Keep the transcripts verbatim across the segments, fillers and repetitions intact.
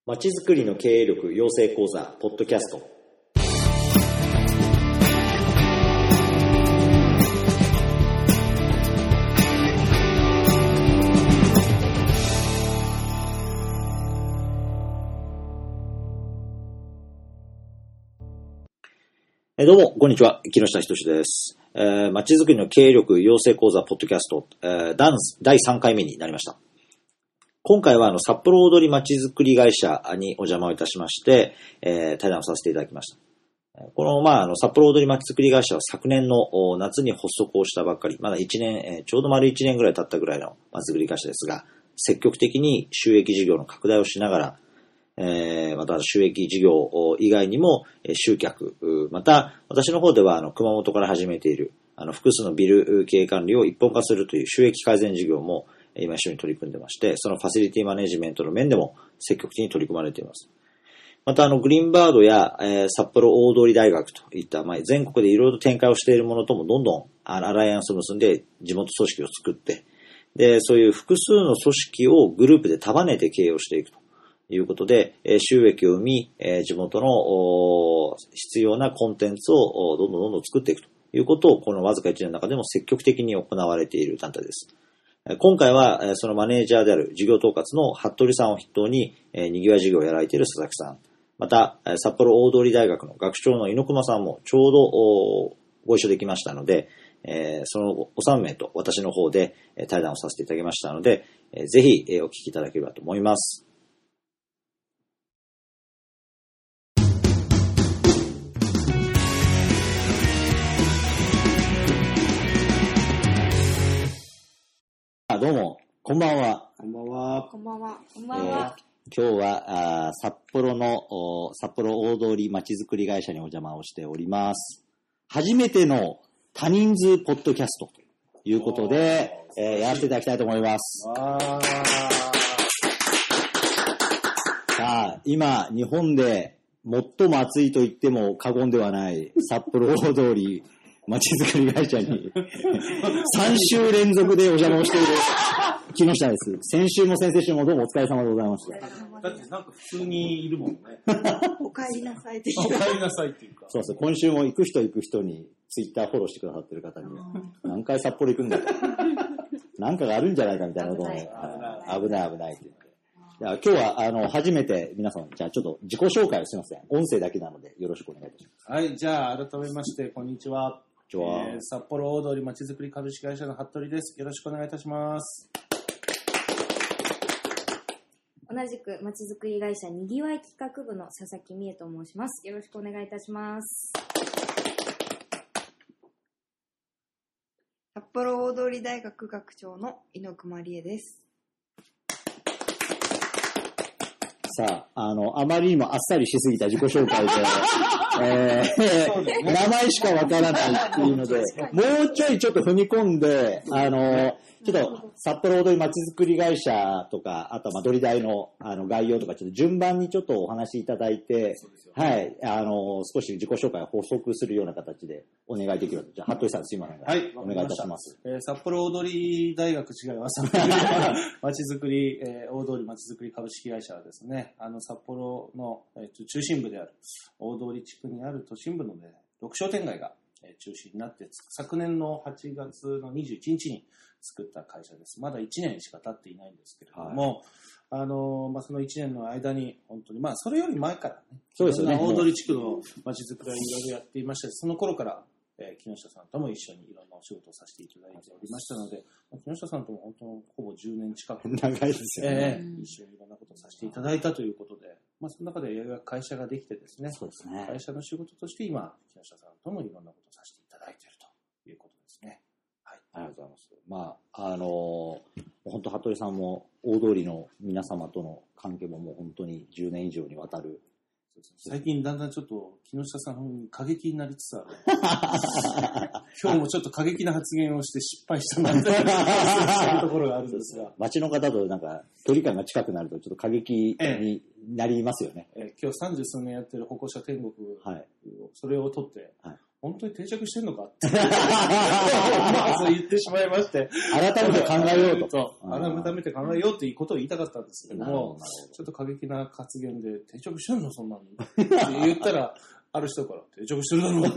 まちづくりの経営力養成講座ポッドキャスト。どうもこんにちは、木下仁です。えー、まちづくりの経営力養成講座ポッドキャスト、えー、だいさんかいめになりました。今回はあの札幌大通りまちづくり会社にお邪魔をいたしまして、えー、対談をさせていただきました。この、まあ、あの札幌大通りまちづくり会社は昨年の夏に発足をしたばっかり、まだいちねん、えー、ちょうど丸いちねんぐらい経ったぐらいのまちづくり会社ですが、積極的に収益事業の拡大をしながら、えー、また収益事業以外にも集客、また私の方ではあの熊本から始めているあの複数のビル経営管理を一本化するという収益改善事業も今一緒に取り組んでまして、そのファシリティマネジメントの面でも積極的に取り組まれています。またあのグリーンバードや、えー、札幌大通大学といった、まあ、全国でいろいろ展開をしているものともどんどんアライアンスを結んで地元組織を作って、でそういう複数の組織をグループで束ねて経営をしていくということで、収益を生み、地元の必要なコンテンツをどんどんどんどん作っていくということを、このわずかいちねんの中でも積極的に行われている団体です。今回は、そのマネージャーである事業統括の服部さんを筆頭に、にぎわい事業をやられている佐々木さん、また、札幌大通大学の学長の猪熊さんもちょうどご一緒できましたので、そのおさんめいと私の方で対談をさせていただきましたので、ぜひお聞きいただければと思います。どうも、こんばんは。 こんばんは。 こんばんは。こんばんは。 えー、今日はあ札幌の札幌大通りまちづくり会社にお邪魔をしております。初めての多人数ポッドキャストということで、えー、やらせていただきたいと思います。さあ、今日本で最も暑いと言っても過言ではない札幌大通りまちづくり会社にさんしゅう連続でお邪魔をしている木下です。先週も先々週もどうもお疲れ様でございました。 だってなんか普通にいるもんね。 お帰りなさいっていうか。お帰りなさいっていうか。 そうそう、今週も行く人行く人にツイッターフォローしてくださってる方に何回札幌行くんだと。なんかがあるんじゃないかみたいなことを、ね、危ない危ないって言って。じゃあ今日はあの初めて皆さん、じゃあちょっと自己紹介をすみません。音声だけなのでよろしくお願いいたします。 はい、じゃあ改めましてこんにちは。 今日は、 えー、札幌大通りまちづくり株式会社の服部です。よろしくお願いいたします。 同じくまちづくり会社にぎわい企画部の佐々木美恵と申します。よろしくお願いいたします。 札幌大通大学学長の猪熊理恵です。 さあ、あの、あまりにもあっさりしすぎた自己紹介で、えーね、名前しかわからないっていうので、もうちょいちょっと踏み込んで、あの、ちょっと札幌大通りまちづくり会社とか、あとはまあドリ大のあの概要とか、ちょっと順番にちょっとお話しいただいて、はい、あの、少し自己紹介を補足するような形でお願いできるので、じゃあ、服部さんすいませんが、はい、お願いいたします。 えー、札幌大通り大学違います。まちづくり、えー、大通りまちづくり株式会社はですね、あの、札幌の、えー、中心部である大通り地区にある都心部のね、ろく商店街が中心になって、昨年のはちがつのにじゅういちにちに作った会社です。まだいちねんしか経っていないんですけれども、はい、あのまあ、そのいちねんの間に本当に、まあ、それより前からね、 そうですよね、 大通地区のまちづくりはいろいろやっていましたし、その頃から、えー、木下さんとも一緒にいろんなお仕事をさせていただいておりましたので、木下さんとも本当ほぼじゅうねん近く長いですよね、 えー、一緒にいろんなことをさせていただいたということで、まあ、その中でようやく会社ができてですね、 そうですね、 会社の仕事として今木下さんともいろんなことをさせていただいているということですね。はい、 ありがとうございます。まああの本当服部さんも大通りの皆様との関係ももう本当にじゅうねん以上にわたる。 最近だんだんちょっと木下さんに過激になりつつある。今日もちょっと過激な発言をして失敗したなみたいなところがあるんですが、 街の方となんか距離感が近くなるとちょっと過激になりますよね。 ええええ、今日三十数年やってる歩行者天国、 はい、 それを取って、 はい、 本当に定着してんのかって思わず言ってしまいまして。 改めて考えようと。 改めて考えようということを言いたかったんですけども、ちょっと過激な発言で、定着してんのそんなのって言ったら、ある人から定着してるだろうって。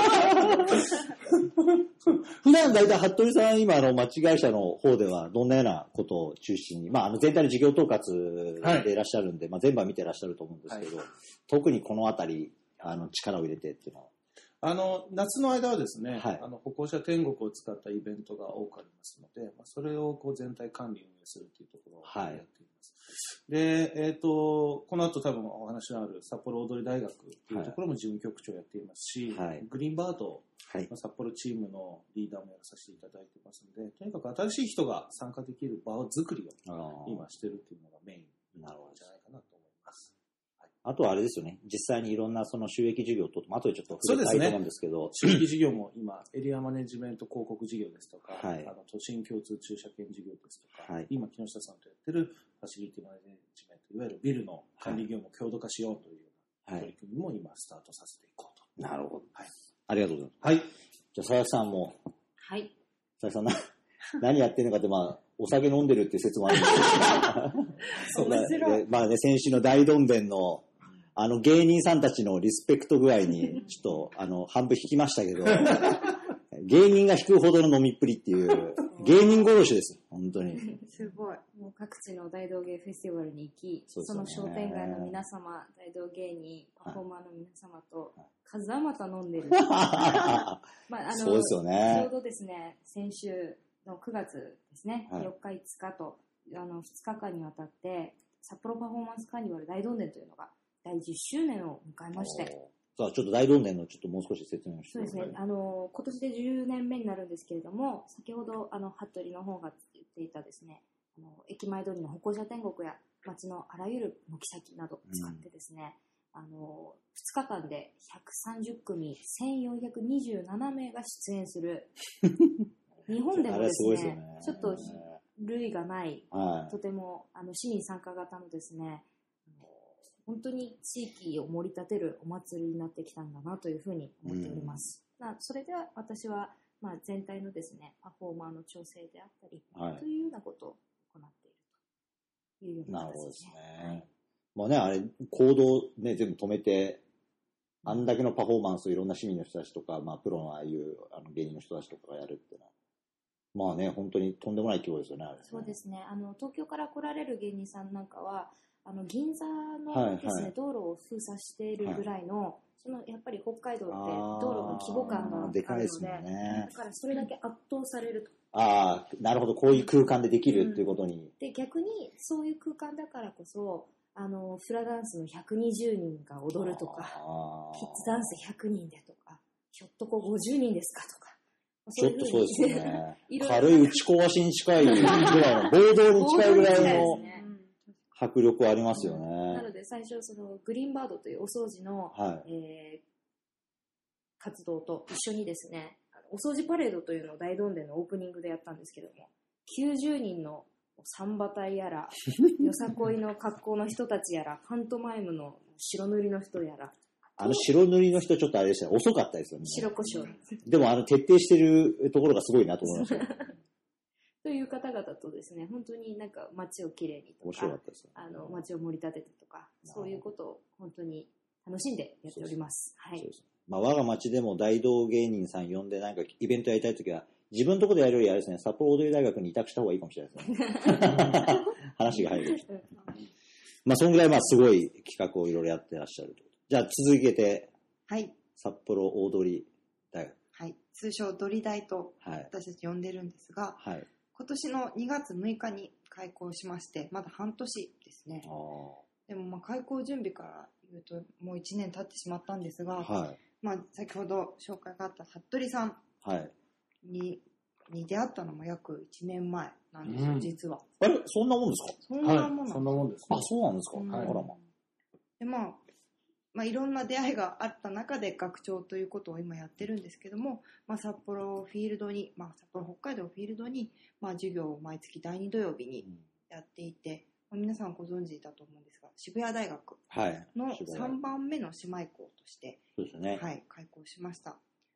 普段大体、服部さん、今、あの、町会社の方では、どんなようなことを中心に、まあ、あの、全体の事業統括でいらっしゃるんで、はい、まあ、全部は見ていらっしゃると思うんですけど、はい、特にこのあたり、あの、力を入れてっていうのは。 あの、夏の間はですね、 はい、 あの、歩行者天国を使ったイベントが多くありますので、まあ、それをこう全体管理運営するというところをやっています。はい、で、えっと、この後多分お話のある札幌踊り大学というところも事務局長をやっていますし、はい、グリーンバードの札幌チームのリーダーもやらさせていただいてますので、とにかく新しい人が参加できる場作りを今してるっていうのがメインなんじゃないかなと思います。 あとはあれですよね、実際にいろんなその収益事業と、後でちょっと触れたいと思うんですけど、 収益事業も今、エリアマネジメント広告事業ですとか、はい、あの都心共通駐車券事業ですとか、はい、今、木下さんとやってるファシリティマネジメント、いわゆるビルの管理業務を強度化しようというような取り組みも今、スタートさせていこうと。 なるほど。はい、ありがとうございます。 はい。 じゃあ、佐々木さんも、 はい。 佐々木さんな、何やってるのかって、まあ、お酒飲んでるっていう説もあるんですけど、面白い。まあね、先週の大どんでんの、あの芸人さんたちのリスペクト具合に、ちょっと、あの、半分引きましたけど、芸人が引くほどの飲みっぷりっていう、芸人殺しです、本当に。 すごい。もう各地の大道芸フェスティバルに行き、そ, その商店街の皆様、大道芸人、パフォーマーの皆様と、風あまた飲んでる。まあ、あの、 そうですよね。 ちょうどですね、先週のくがつですね、はい、よっかいつかと、あの、ふつかかんにわたって、札幌パフォーマンスカーニバル大どんでんというのが、だいじゅっしゅうねんを迎えまして。 さあ、ちょっと大どんでんのちょっともう少し説明をしてください。 そうですね。あの、今年でじゅうねんめになるんですけれども、先ほど、あの、服部の方が言っていたですね、あの、駅前通りの歩行者天国や街のあらゆる軒先などを使ってですね、うん、あの、ふつかかんでひゃくさんじゅっくみ、せんよんひゃくにじゅうななめいが出演する、日本でもですね、すねちょっと類がない、はい、とても、あの、市民参加型のですね、本当に地域を盛り立てるお祭りになってきたんだなというふうに思っております。うん、それでは私は、まあ、全体のですね、パフォーマーの調整であったり、はい、というようなことを行っているというような形ですね。なるほどですね。はい、 まあね、あれ、行動ね、全部止めて、あんだけのパフォーマンスをいろんな市民の人たちとか、まあ、プロのああいうあの芸人の人たちとかがやるっていうのは、まあね、本当にとんでもない規模ですよね、あれね。 そうですね。あの、東京から来られる芸人さんなんかは、あの銀座のですね、はいはい、道路を封鎖しているぐらいの、はい、そのやっぱり北海道って道路の規模感があるので、 でかいですよね、 だからそれだけ圧倒されると。 ああ、なるほど、こういう空間でできるっていうことに、うん、 で逆にそういう空間だからこそ、あのフラダンスのひゃくにじゅうにんが踊るとか、キッズダンスひゃくにんでとか、ひょっとこごじゅうにんですかとか。 ちょっとそうですよね。軽い打ち壊しに近いぐらいの、暴動に近いぐらいの迫力はありますよね。うん、 なので最初そのグリーンバードというお掃除の、はい、えー、活動と一緒にですね、お掃除パレードというのを大どんでんのオープニングでやったんですけども、きゅうじゅうにんのサンバ隊やら、よさこいの格好の人たちやら、パントマイムの白塗りの人やら、 あの白塗りの人ちょっとあれでしたね、遅かったですよね。 白胡椒。 でもあの徹底してるところがすごいなと思いました。 という方々とですね、本当になんか街をきれいにとか、 面白かったですね、 あの街を盛り立ててとか、そういうことを本当に楽しんでやっております。はい。そうです。まあ我が町でも大道芸人さん呼んでなんかイベントやりたいときは、自分のところでやるよりあれですね、札幌踊り大学に委託した方がいいかもしれないですね。話が入る。まあそんぐらいまあすごい企画をいろいろやってらっしゃると。じゃあ続けて、 はい。 札幌大通大学。 はい。通称ドリ大と私たち呼んでるんですが、はい、今年のにがつむいかに開校しまして、まだ半年ですね。あでもまあ開校準備から言うともういちねん経ってしまったんですが、はい、まあ先ほど紹介があった服部さんに、はい、に出会ったのも約いちねんまえなんですよ、うん、実は。 あれそんなもんですか？ そんなもんなんです、はい、 そんなもんです、 ね。あ、そうなんですか。うん、はい、あらま。 でまあまあ、いろんな出会いがあった中で学長ということを今やってるんですけども、まあ、札幌フィールドに、まあ、札幌北海道フィールドに、まあ、授業を毎月だいに土曜日にやっていて、うんまあ、皆さんご存知だと思うんですが渋谷大学のさんばんめの姉妹校として、はい、はい、開校しました。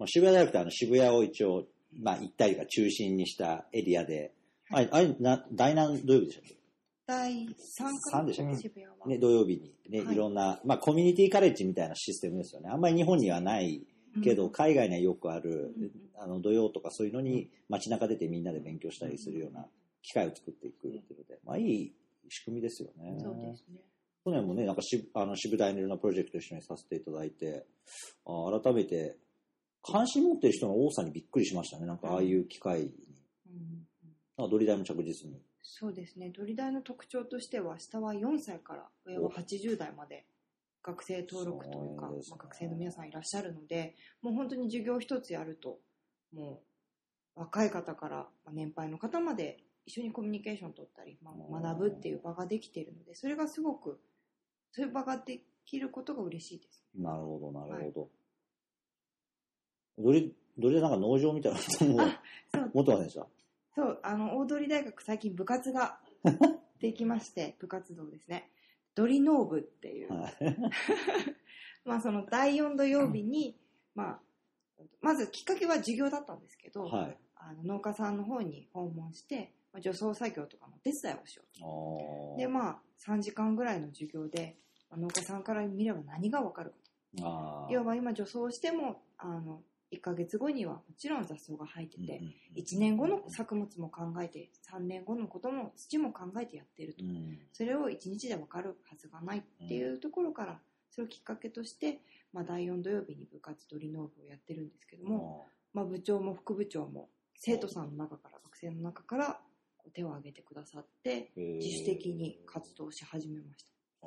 まあ、渋谷大学ってあの渋谷を一応、まあ一体が中心にしたエリアで、はい、あれ、な、第何土曜日でしたっけ？ 第さんかさんでしたっけ？ 渋谷は。 ね、土曜日にね、はい、いろんな、まあコミュニティカレッジみたいなシステムですよね。あんまり日本にはないけど、うん、海外にはよくある、うん、あの土曜とかそういうのに街中出てみんなで勉強したりするような機会を作っていくっていうので、まあいい仕組みですよね。 そうですね。 去年もね、なんかしあの渋大のいろんなプロジェクト一緒にさせていただいて、あ改めて関心持ってる人の多さにびっくりしましたね。なんかああいう機会に。うんうん、ドリ大も着実に。 そうですね。ドリ大の特徴としては、下はよんさいから上ははちじゅう代まで学生登録というか、ねまあ、学生の皆さんいらっしゃるので、もう本当に授業一つやると、もう若い方から年配の方まで一緒にコミュニケーション取ったり、まあ、学ぶっていう場ができているので、それがすごく、そういう場ができることが嬉しいです。 なるほど、なるほど。はいどれ、どれでなんか農場みたいなのも持ってませんでした？ そう、あの、大通大学最近部活ができまして、部活動ですね。ドリ農部っていう。はい、まあそのだいよん土曜日に、まあ、まずきっかけは授業だったんですけど、はい、あの農家さんの方に訪問して、まあ、除草作業とかの手伝いをしようと。で、まあさんじかんぐらいの授業で、まあ、農家さんから見れば何がわかるかと。あ要は今除草しても、あの、いっかげつごにはもちろん雑草が生えてて、うんうん、いちねんごの作物も考えて、さんねんごのことも土も考えてやってると、うん、それをいちにちで分かるはずがないっていうところから、それをきっかけとして、まあ、だいよん土曜日に部活ドリ農部をやってるんですけども、まあ、部長も副部長も生徒さんの中から学生の中から手を挙げてくださって自主的に活動し始めました。あ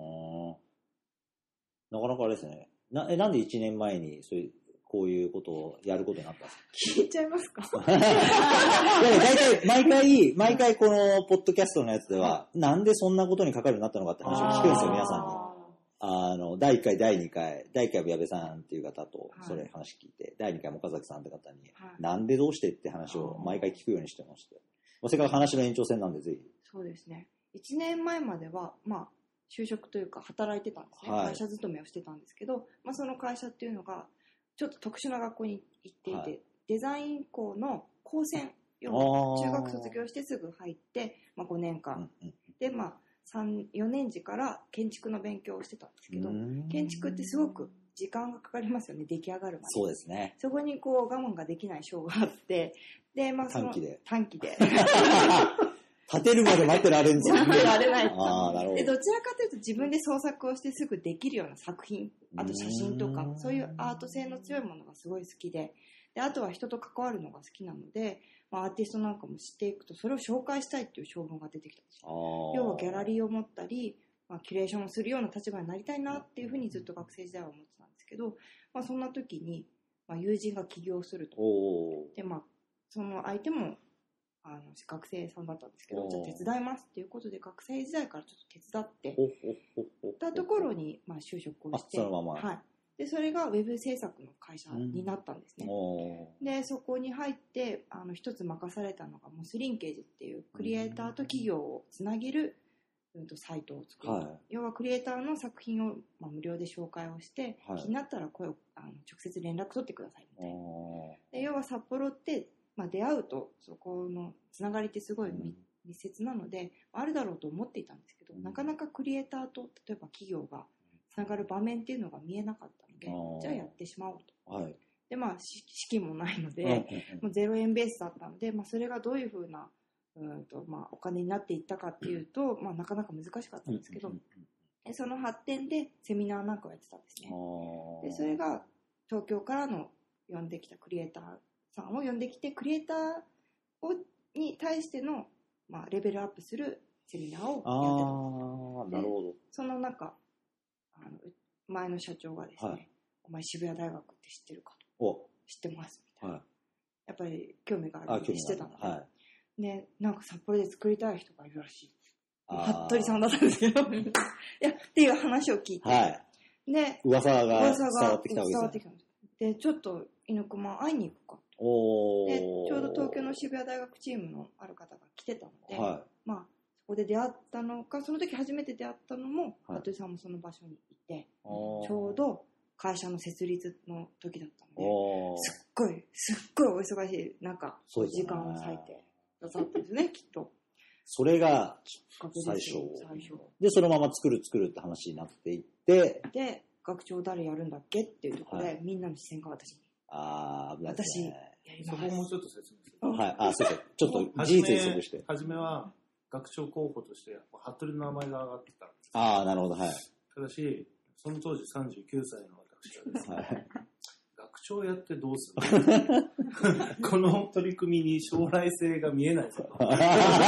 なかなかあれですね。なえなんでいちねんまえにそういうこういうことをやることになったんですか？聞いちゃいますか？ いや大体、毎回、毎回このポッドキャストのやつでは、なんでそんなことにかかるようになったのかって話を聞くんですよ、皆さんに。あの、だいいっかい、だいにかい、だいいっかいは矢部さんっていう方と、それ話聞いて、はい、だいにかいも岡崎さんって方に、はい、なんでどうしてって話を毎回聞くようにしてまして。それから話の延長線なんで、ぜひ。 そうですね。いちねんまえまでは、まあ、就職というか働いてたんですね。はい、会社勤めをしてたんですけど、まあ、その会社っていうのが、ちょっと特殊な学校に行っていて、はい、デザイン校の高専、要は中学卒業してすぐ入って、まあ、ごねんかん、うんうん、で、まあ、さん、よねん時から建築の勉強をしてたんですけど、建築ってすごく時間がかかりますよね、出来上がるまで。 そうですね。 そこにこう我慢ができない章があって、で、まあその短期で。 短期で。 立てるまで待ってられんぞ。 待ってられない。 あなるほど。 で、どちらかというと自分で創作をしてすぐできるような作品、あと写真とか、そういうアート性の強いものがすごい好きで、で、あとは人と関わるのが好きなので、まあ、アーティストなんかも知っていくと、それを紹介したいっていう性分が出てきたんですよ。要はギャラリーを持ったり、まあ、キュレーションをするような立場になりたいなっていうふうにずっと学生時代は思ってたんですけど、まあ、そんな時に、まあ、友人が起業すると。で、まあ、その相手も、あの学生さんだったんですけど、じゃあ手伝いますっていうことで学生時代からちょっと手伝ってたところに、まあ、就職をして、 そのまま、 はい、でそれがウェブ制作の会社になったんですね、うん、でそこに入ってあの一つ任されたのがモスリンケージっていうクリエイターと企業をつなげる、うん、とサイトを作る、はい、要はクリエイターの作品を、まあ、無料で紹介をして、はい、気になったら声をあの直接連絡取ってくださいみたいな。で要は札幌ってまあ、出会うとそこのつながりってすごい密接なので、うん、あるだろうと思っていたんですけど、うん、なかなかクリエイターと例えば企業がつながる場面っていうのが見えなかったので、うん、じゃあやってしまおうと、はい、でまあ資金もないので、うん、もうゼロえんベースだったので、まあ、それがどういうふうなうんと、まあ、お金になっていったかっていうと、まあ、なかなか難しかったんですけど、でその発展でセミナーなんかをやってたんですね。でそれが東京からの呼んできたクリエイターさんを呼んできて、クリエイターをに対しての、まあ、レベルアップするセミナーをやってた。 ああ、なるほど。 その中、あの前の社長がですね、はい、お前渋谷大学って知ってるかと。お知ってますみたいな、はい。やっぱり興味があるので知ってたので、はい、で、なんか札幌で作りたい人がいるらしい。服部さんだったんですけど、いや、っていう話を聞いて、はい、で、 噂が伝わってきたわけですね。 伝わってきたんです。で、ちょっと猪熊会いに行くかと。おで、ちょうど東京の渋谷大学チームのある方が来てたので、はい、まあ、そこで出会ったのか、その時初めて出会ったのも、服部さんもその場所にいて、ちょうど会社の設立の時だったので、すっごい、すっごいお忙しい中、時間を割いてくださったんですね、きっと。 それが最初。最初。で、そのまま作る作るって話になっていって、 で、学長誰やるんだっけっていうところで、はい、みんなの視線が私に。 ああ、 私、やります。 そこもうちょっと説明する。 はい、あ、そうそう。ちょっと事実に即して。 はじめは、学長候補として、服部の名前が上がってたんです。 ああ、なるほど、はい。 ただし、その当時さんじゅうきゅうさいの私はですね、はい、学長やってどうするこの取り組みに将来性が見えないぞ。や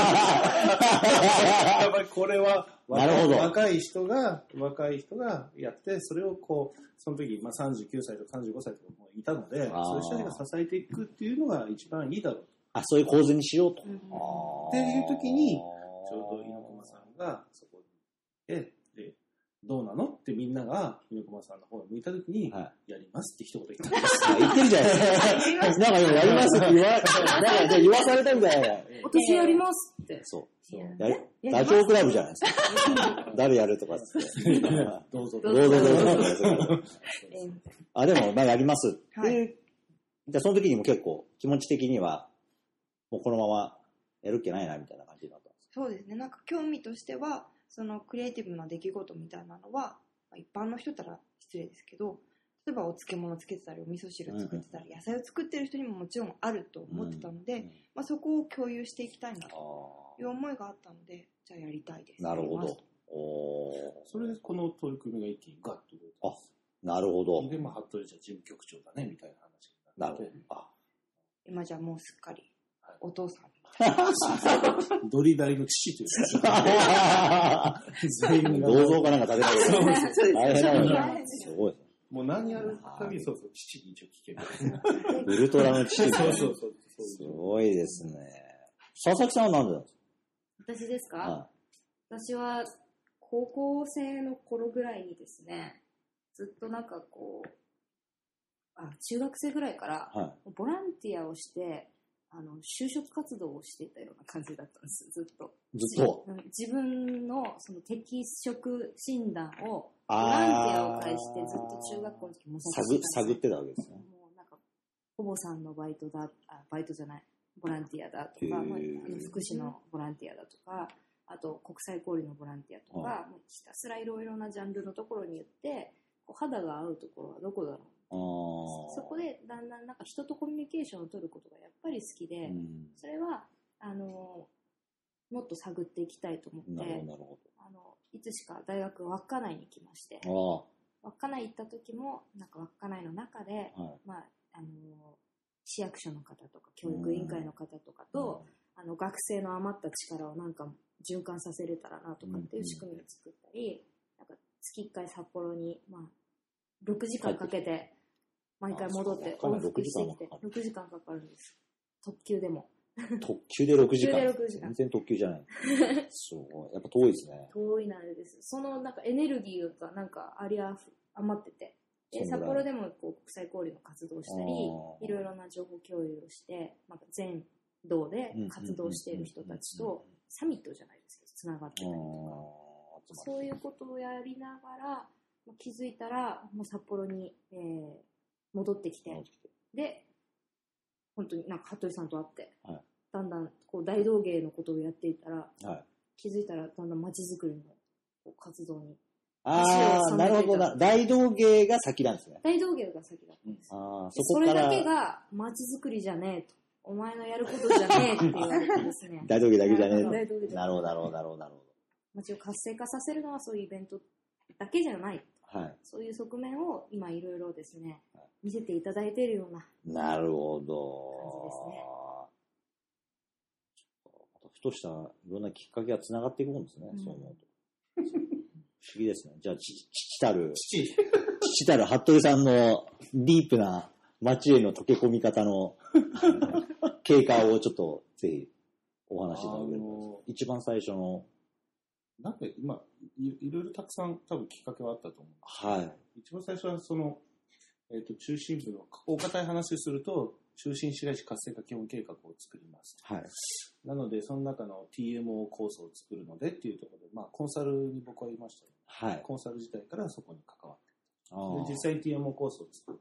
っぱりこれは若い人が、若い人がやって、それをこう、その時、まあ、さんじゅうきゅうさいとかさんじゅうごさいとかもいたので、そういう人たちが支えていくっていうのが一番いいだろうと。 あ、そういう構図にしようと。 うん、っていう時に、ちょうど猪熊さんがそこにいて、で、どうなのってみんなが猪熊さんの方を向いた時に、はい、やりますって一言言ったんです。 言ってるじゃないですか。なんか今やりますって言わ、なんか言わされたみたいな。 私やりますって。 そう。そうダチョウ倶楽部じゃないですか。誰やるとかっつって。 どうぞどうぞどうぞ。あ、でも、まあやりますっていう。はい、じゃあその時にも結構気持ち的には、もうこのままやるっけないなみたいな感じになったんですか？ そうですね。なんか興味としては、そのクリエイティブな出来事みたいなのは、まあ、一般の人だったら失礼ですけど、例えばお漬物つけてたりお味噌汁作ってたり、うん、野菜を作ってる人にももちろんあると思ってたので、うん、まあ、そこを共有していきたいなという思いがあったので、じゃあやりたいです。 なるほど。 おそれでこの取り組みが一気にガッと動いてます。 あ、なるほど。 で、まあ、服部じゃ事務局長だねみたいな話になって。なるほど。あ、 今じゃもうすっかりお父さん。 ドリダリの父というか。全員が。 銅像かなんか食べたけど。大変なのね。すごい。 もう何やるたびそうそう、父に一応聞ける。 ウルトラの父。 そうそうそう。 すごいですね。佐々木さんは何でなんですか？私ですか？はい、私は高校生の頃ぐらいにですね、ずっとなんかこう、あ、中学生ぐらいから、ボランティアをして、あの、就職活動をしていたような感じだったんです、ずっと。 ずっと自分のその適職診断を、ボランティアを介してずっと中学校の時模索してたんです。 探ってたわけですね。 もうなんか、ほぼさんのバイトだ、あ、バイトじゃない、ボランティアだとか、まあ、あの福祉のボランティアだとか、あと国際交流のボランティアとか、もうひたすらいろいろなジャンルのところに行って、こう肌が合うところはどこだろう。そこでだんだんなんか人とコミュニケーションを取ることがやっぱり好きで、うん、それはあのもっと探っていきたいと思って、あのいつしか大学稚内に来まして、稚内行った時もなんか稚内の中で、はい、まあ、あの市役所の方とか教育委員会の方とかと、うん、あの学生の余った力をなんか循環させれたらなとかっていう仕組みを作ったり、なんか月いっかい札幌に、まあ、ろくじかんかけて毎回戻って往復してきてろくじかんかかるんです。特急でも。 特急でろくじかん。 特急でろくじかん。 全然特急じゃない。すごい。やっぱ遠いですね。 遠いなあれです。そのなんかエネルギーがなんかありあ余ってて、で札幌でもこう国際交流の活動をしたり、いろいろな情報共有をして、まあ、全道で活動している人たちとサミットじゃないですけどつながってたりとか、そういうことをやりながら気づいたらもう札幌に、えー、戻ってきて、で本当になんか服部さんと会って、はい、だんだんこう大道芸のことをやっていたら、はい、気づいたらだんだん街づくりのこう活動に。 ああ、なるほどな。大道芸が先なんですね。 大道芸が先だったんです。うん、あそこからそれだけが街づくりじゃねえと。お前のやることじゃねえって言われてですね。 大道芸だけじゃねえと。 大道芸なるほど、なるほど、なるほど、なるほど。 街を活性化させるのはそういうイベントだけじゃない。 はい。 そういう側面を今いろいろですね、はい、見せていただいているような。 なるほど。感じですね。ふとしたいろんなきっかけがつながっていくもんですね。うん、そう思うと。不思議ですね。じゃあ、父たる、父父たる服部さんのディープな街への溶け込み方の経過をちょっとぜひお話しいただければ。一番最初の。 なんか今い、いろいろたくさん多分きっかけはあったと思う。 はい。 一番最初はその、えっと、中心部の、大方い話すると、中心市街地活性化基本計画を作ります。 はい。 なので、その中の ティーエムオー 構想を作るのでっていうところで、まあ、コンサルに僕はいましたよね。 はい。 コンサル自体からそこに関わって。 で実際に ティーエムオー コースを作って、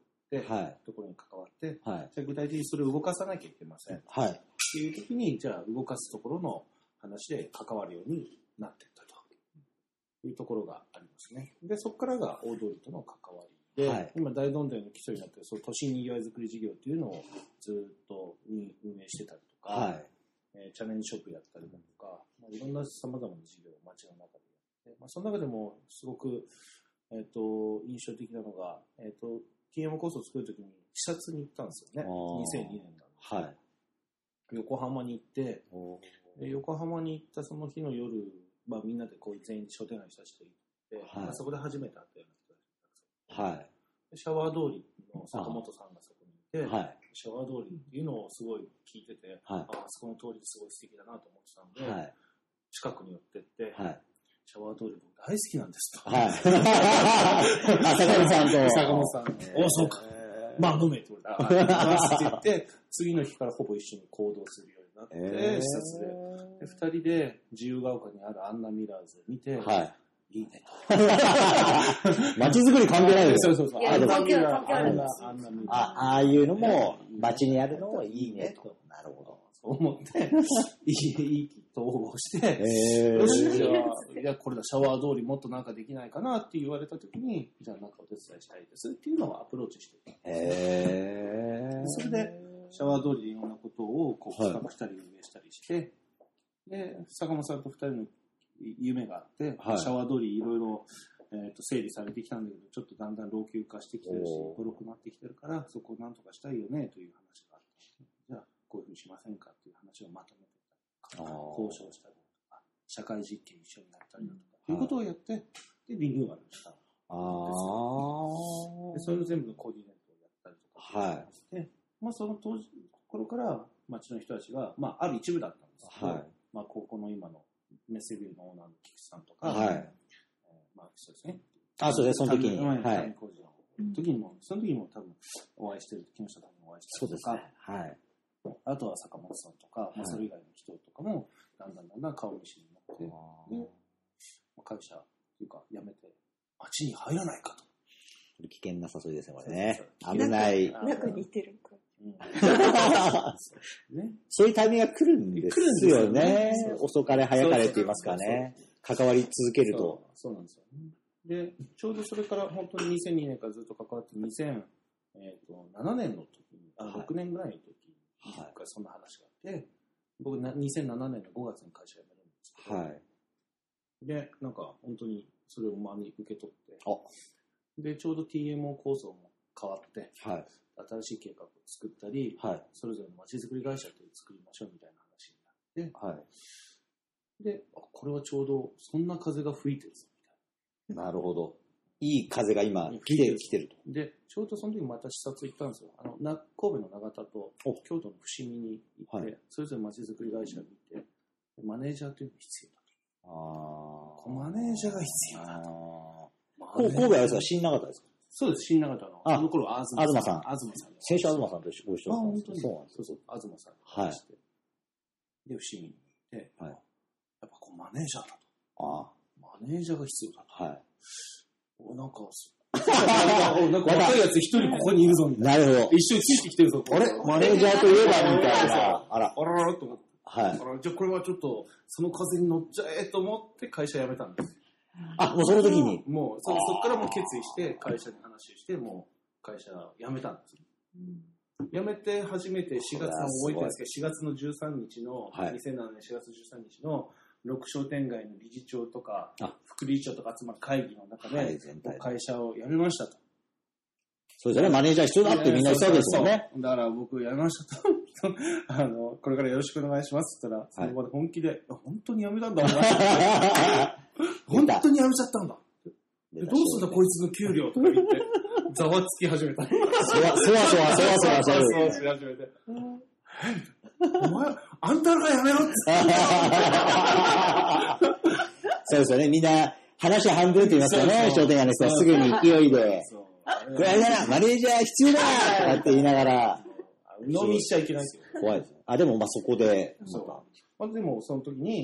はい、ところに関わって、はい、じゃあ具体的にそれを動かさなきゃいけません。はい、っていう時に、じゃあ動かすところの話で関わるようになっていったというところがありますね。で、そこからが大通りとの関わりで、はい、今大どんでんの基礎になっているその都心にぎわいづくり事業っていうのをずっと運営してたりとか、はい、えー、チャレンジショップやったりだとか、まあ、いろんな様々な事業を街の中でやって、まあ、その中でもすごく、えー、と印象的なのが、えー、と ティーエム コースを作るときに視察に行ったんですよね。にせんにねんなんです、はい、横浜に行ってで横浜に行ったその日の夜、まあ、みんなでこう全員商店街の人たちと行って、はい、まあ、そこで初めて会ったような人たちが、はい、シャワー通りの坂本さんがそこにいて、はい、シャワー通りっていうのをすごい聞いてて、はい、あそこの通りすごい素敵だなと思ってたんで、はい、近くに寄ってって、はい、シャワー通り僕大好きなんですと。はい。坂本さんと。坂本さん。お、そうか。まあ飲めって言われたら、って言って、次の日からほぼ一緒に行動するようになって、えー、視察で。で、二人で自由が丘にあるアンナミラーズを見て、はい。いいねと。街づくり関係ないですよ。そうそうそう。あ、でも、ああいうのも街にあるのもいいねと。なるほど。そう思って、いい、いい統合して、えー、よし、じゃあ、いや、これだ、シャワー通りもっとなんかできないかなって言われたときに、じゃあなんかお手伝いしたいですっていうのをアプローチしてた。えー、それで、シャワー通りでいろんなことをこう企画したり運営したりして、はい、で、坂本さんと二人の夢があって、はい、シャワー通りいろいろ、えー、と整理されてきたんだけど、ちょっとだんだん老朽化してきてるし、古くなってきてるから、そこをなんとかしたいよねという話があって、じゃあ、こういうふうにしませんかっていう話をまとめてたりとか、交渉したりとか、社会実験一緒にやったりだとか、ということをやって、で、リニューアルしたんですよ。で、それの全部のコーディネートをやったりとか、はい、で、まあ、その当時、頃から町の人たちが、まあ、ある一部だったんですけど、はい、まあ、ここの今のメッセビルのオーナーの菊池さんとか、はい、えー、まあ、そうですね。あ、そうです、その時に。はい。時にも、その時にも多分お会いしてる、木下さんにお会いしてるとか、そうですね。はい。あとは坂本さんとか、はい、まあ、それ以外の人とかも、だんだんだんだん顔見知りになって、で、会社というか、辞めて、町に入らないかと。危険な誘いですね、これね。危ない。 なんか似てるか。うんね、 そういうタイミングが来るんですよね。遅かれ早かれって言いますかね。関わり続けると。 そうなんですよね。で、ちょうどそれから本当ににせんにねんからずっと関わって、にせんななねんの時に、あ、ろくねんぐらいの時に、はい、そんな話があって、僕にせんななねんのごがつに会社辞めるんですけど、はい、で、なんか本当にそれを真に受け取って、で、ちょうど ティーエムオー 構想も変わって、はい、新しい計画を作ったり、はい、それぞれの街づくり会社と作りましょうみたいな話になって、はい、で、これはちょうどそんな風が吹いてるぞみたいな。 なるほど。いい風が今来てきてると。 で、ちょうどその時また視察行ったんですよ。あのな神戸の長田と京都の伏見に行って、はい、それぞれ街づくり会社に行って、マネージャーというのが必要だと。あマネージャーが必要だと。 神戸はあれですか、新長田ですか？ そうです、新長田の。あの頃は東さん。東さん。 先週東さんとご一緒だったんです。 そうなんです。そうそう、東さん。はい。で、伏見に行って、はい、やっぱこうマネージャーだと。ああ。マネージャーが必要だと。はい。なんか、なんか若いやつ一人ここにいるぞみたいな。なるほど。一緒についてきてるぞ。 あれマネージャーといえばみたいな。 あら。あららと思って。はい。じゃあこれはちょっと、その風に乗っちゃえと思って会社辞めたんです。 あ、もうその時にもう、そこからもう決意して、会社に話をして、もう会社辞めたんです。うん、辞めて初めてしがつの、覚えてるんですけど、しがつのじゅうさんにちの、はい、にせんななねんしがつじゅうさんにちの、ろく商店街の理事長とか、副理事長とか集まる会議の中で、はい、会社を辞めましたと。 そうですね、マネージャー必要だってみんな言ったわけですよね。 だから僕辞めましたと。あの、これからよろしくお願いしますって言ったら、その場で本気で、はい、本当に辞めたんだ、お前。本当に辞めちゃったんだ。どうすんだ、こいつの給料とか言って、ざわつき始めた。そわそわそわそわそわそわそわし始めて。お前、あんたが辞めろって。 そうですよね、みんな話半分って言いますよね、商店街の人はすぐに勢いで。これあれだな、マネージャー必要だって言いながら。 飲みしちゃいけないですよ。 怖いですね。あ、でもまあそこで。 そう。まあ、でもその時に、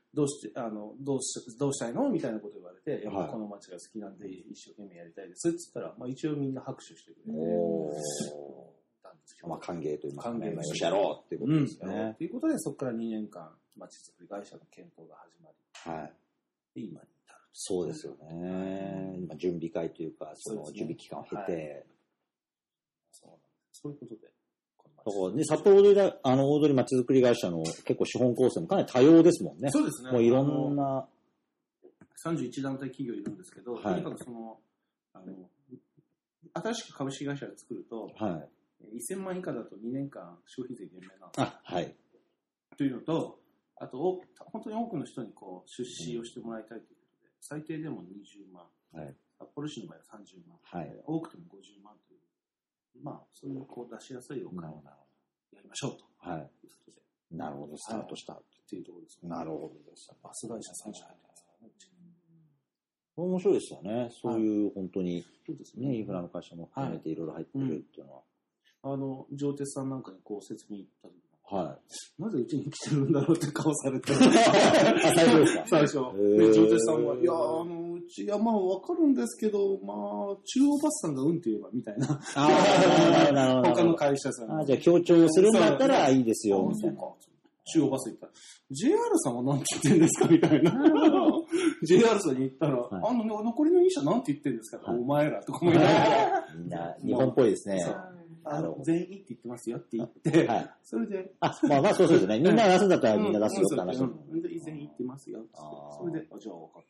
どうして、あの、どうし、どうしたいのみたいなこと言われて、やっぱこの街が好きなんで一生懸命やりたいですって言ったら、まあ一応みんな拍手してくれて。おまあ歓迎というか、 歓迎よしやろうっていうことですね。 うん、ということで、そこからにねんかん、街づくり会社の検討が始まり、はい。で、今に至る。 そうですよね。今、準備会というか、その準備期間を経て、はい、 そうなんです。そういうことで。 だからね、札幌で、あの、大通り街づくり会社の結構資本構成もかなり多様ですもんね。 そうですね。 もういろんな。 さんじゅういち団体企業いるんですけど、はい、とにかくその、あの、新しく株式会社を作ると、はい、せんまん以下だとにねんかん消費税減免なんです。 あ、はい。 というのと、あと、本当に多くの人にこう、出資をしてもらいたいということで、最低でもにじゅうまん、はい、札幌市の場合はさんじゅうまん、はい、多くてもごじゅうまんという、まあ、そういうこう出しやすいお金をやりましょうと。はい。いうことで。 なるほど、スタートした。 っていうところですね。 なるほどです。 バス会社さん社入ってますからね。 これ面白いですよね。そういう本当に、そうですね、インフラの会社も含めていろいろ入ってるっていうのは。 あの、上鉄さんなんかにこう説明行った時に、 はい。 なぜうちに来てるんだろうって顔されて。 最初ですか？ 最初。で、上鉄さんは、いやあの、うち、いや、まあ、わかるんですけど、まあ、中央バスさんがうんって言えば、みたいな。 ああ、なるほど。 他の会社さん。 あじゃあ、強調するんだったらいいですよ、みたいな。 中央バス行ったら、ジェイアール さんは何て言ってるんですかみたいな。ジェイアール さんに言ったら、はい、あの、残りのに社何て言ってるんですか、はい、お前らとかも言って。 みんな、日本っぽいですね。 あの、全員って言ってますよって言って、はい、それで。 あ、まあまあそうですね。みんな出すんだったらみんな出すよって話。 うん、全員言ってますよって。それで、あ、じゃあ分かった。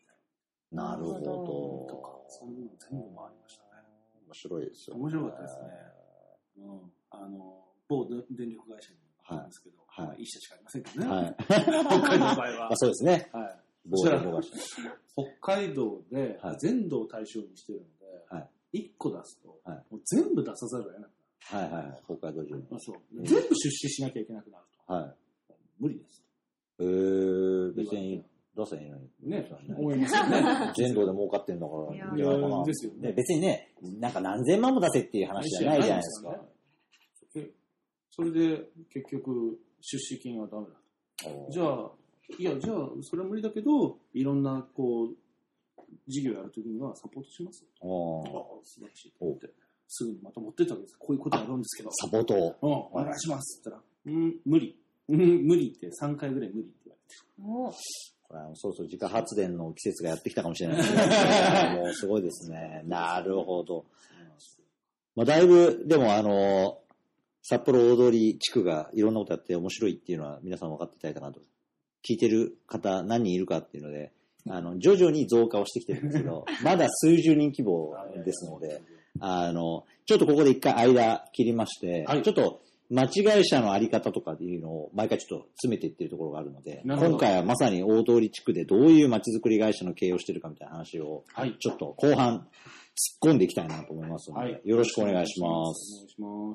なるほど。 とか、そういうの全部回りましたね。 面白いですよ。 面白かったですね。うん。あの、某電力会社に行ったんですけど、はい。一社しかありませんけどね。はい。北海道の場合は。 あ、そうですね。 はい。某電力会社。北海道で全土を対象にしてるので、はい。一個出すと、もう全部出さざるを得なくなる。 はいはいはい。北海道中に。 そう。全部出資しなきゃいけなくなると。はい。無理です。 へえー、別に出せへんのに。 ね。思いますよね。 全道で儲かってんだから。いや、いやですよね。 別にね、なんか何千万も出せっていう話じゃないじゃないですか。 それで、結局、出資金はダメだと。じゃあ、いや、じゃあ、それは無理だけど、いろんな、こう、事業やるときにはサポートします。ああ、素晴らしいと思って。すぐにまた持ってったわけです。こういうことやるんですけど。 サポートを。 うん、お願いしますって言ったら、うん、無理。うん、無理ってさんかいぐらい無理って言われて。 これはそろそろ自家発電の季節がやってきたかもしれないですね。もうすごいですね。なるほど。まあ、だいぶ、でもあの、札幌大通地区がいろんなことやって面白いっていうのは皆さん分かっていただいたかなと。聞いてる方何人いるかっていうので、あの、徐々に増加をしてきてるんですけど、まだ数十人規模ですので、あの、ちょっとここで一回間切りまして、はい、ちょっと町会社のあり方とかっていうのを毎回ちょっと詰めていってるところがあるので、今回はまさに大通地区でどういう町づくり会社の経営をしてるかみたいな話を、ちょっと後半突っ込んでいきたいなと思いますので、はい、よろしくお願いします。 お願いします。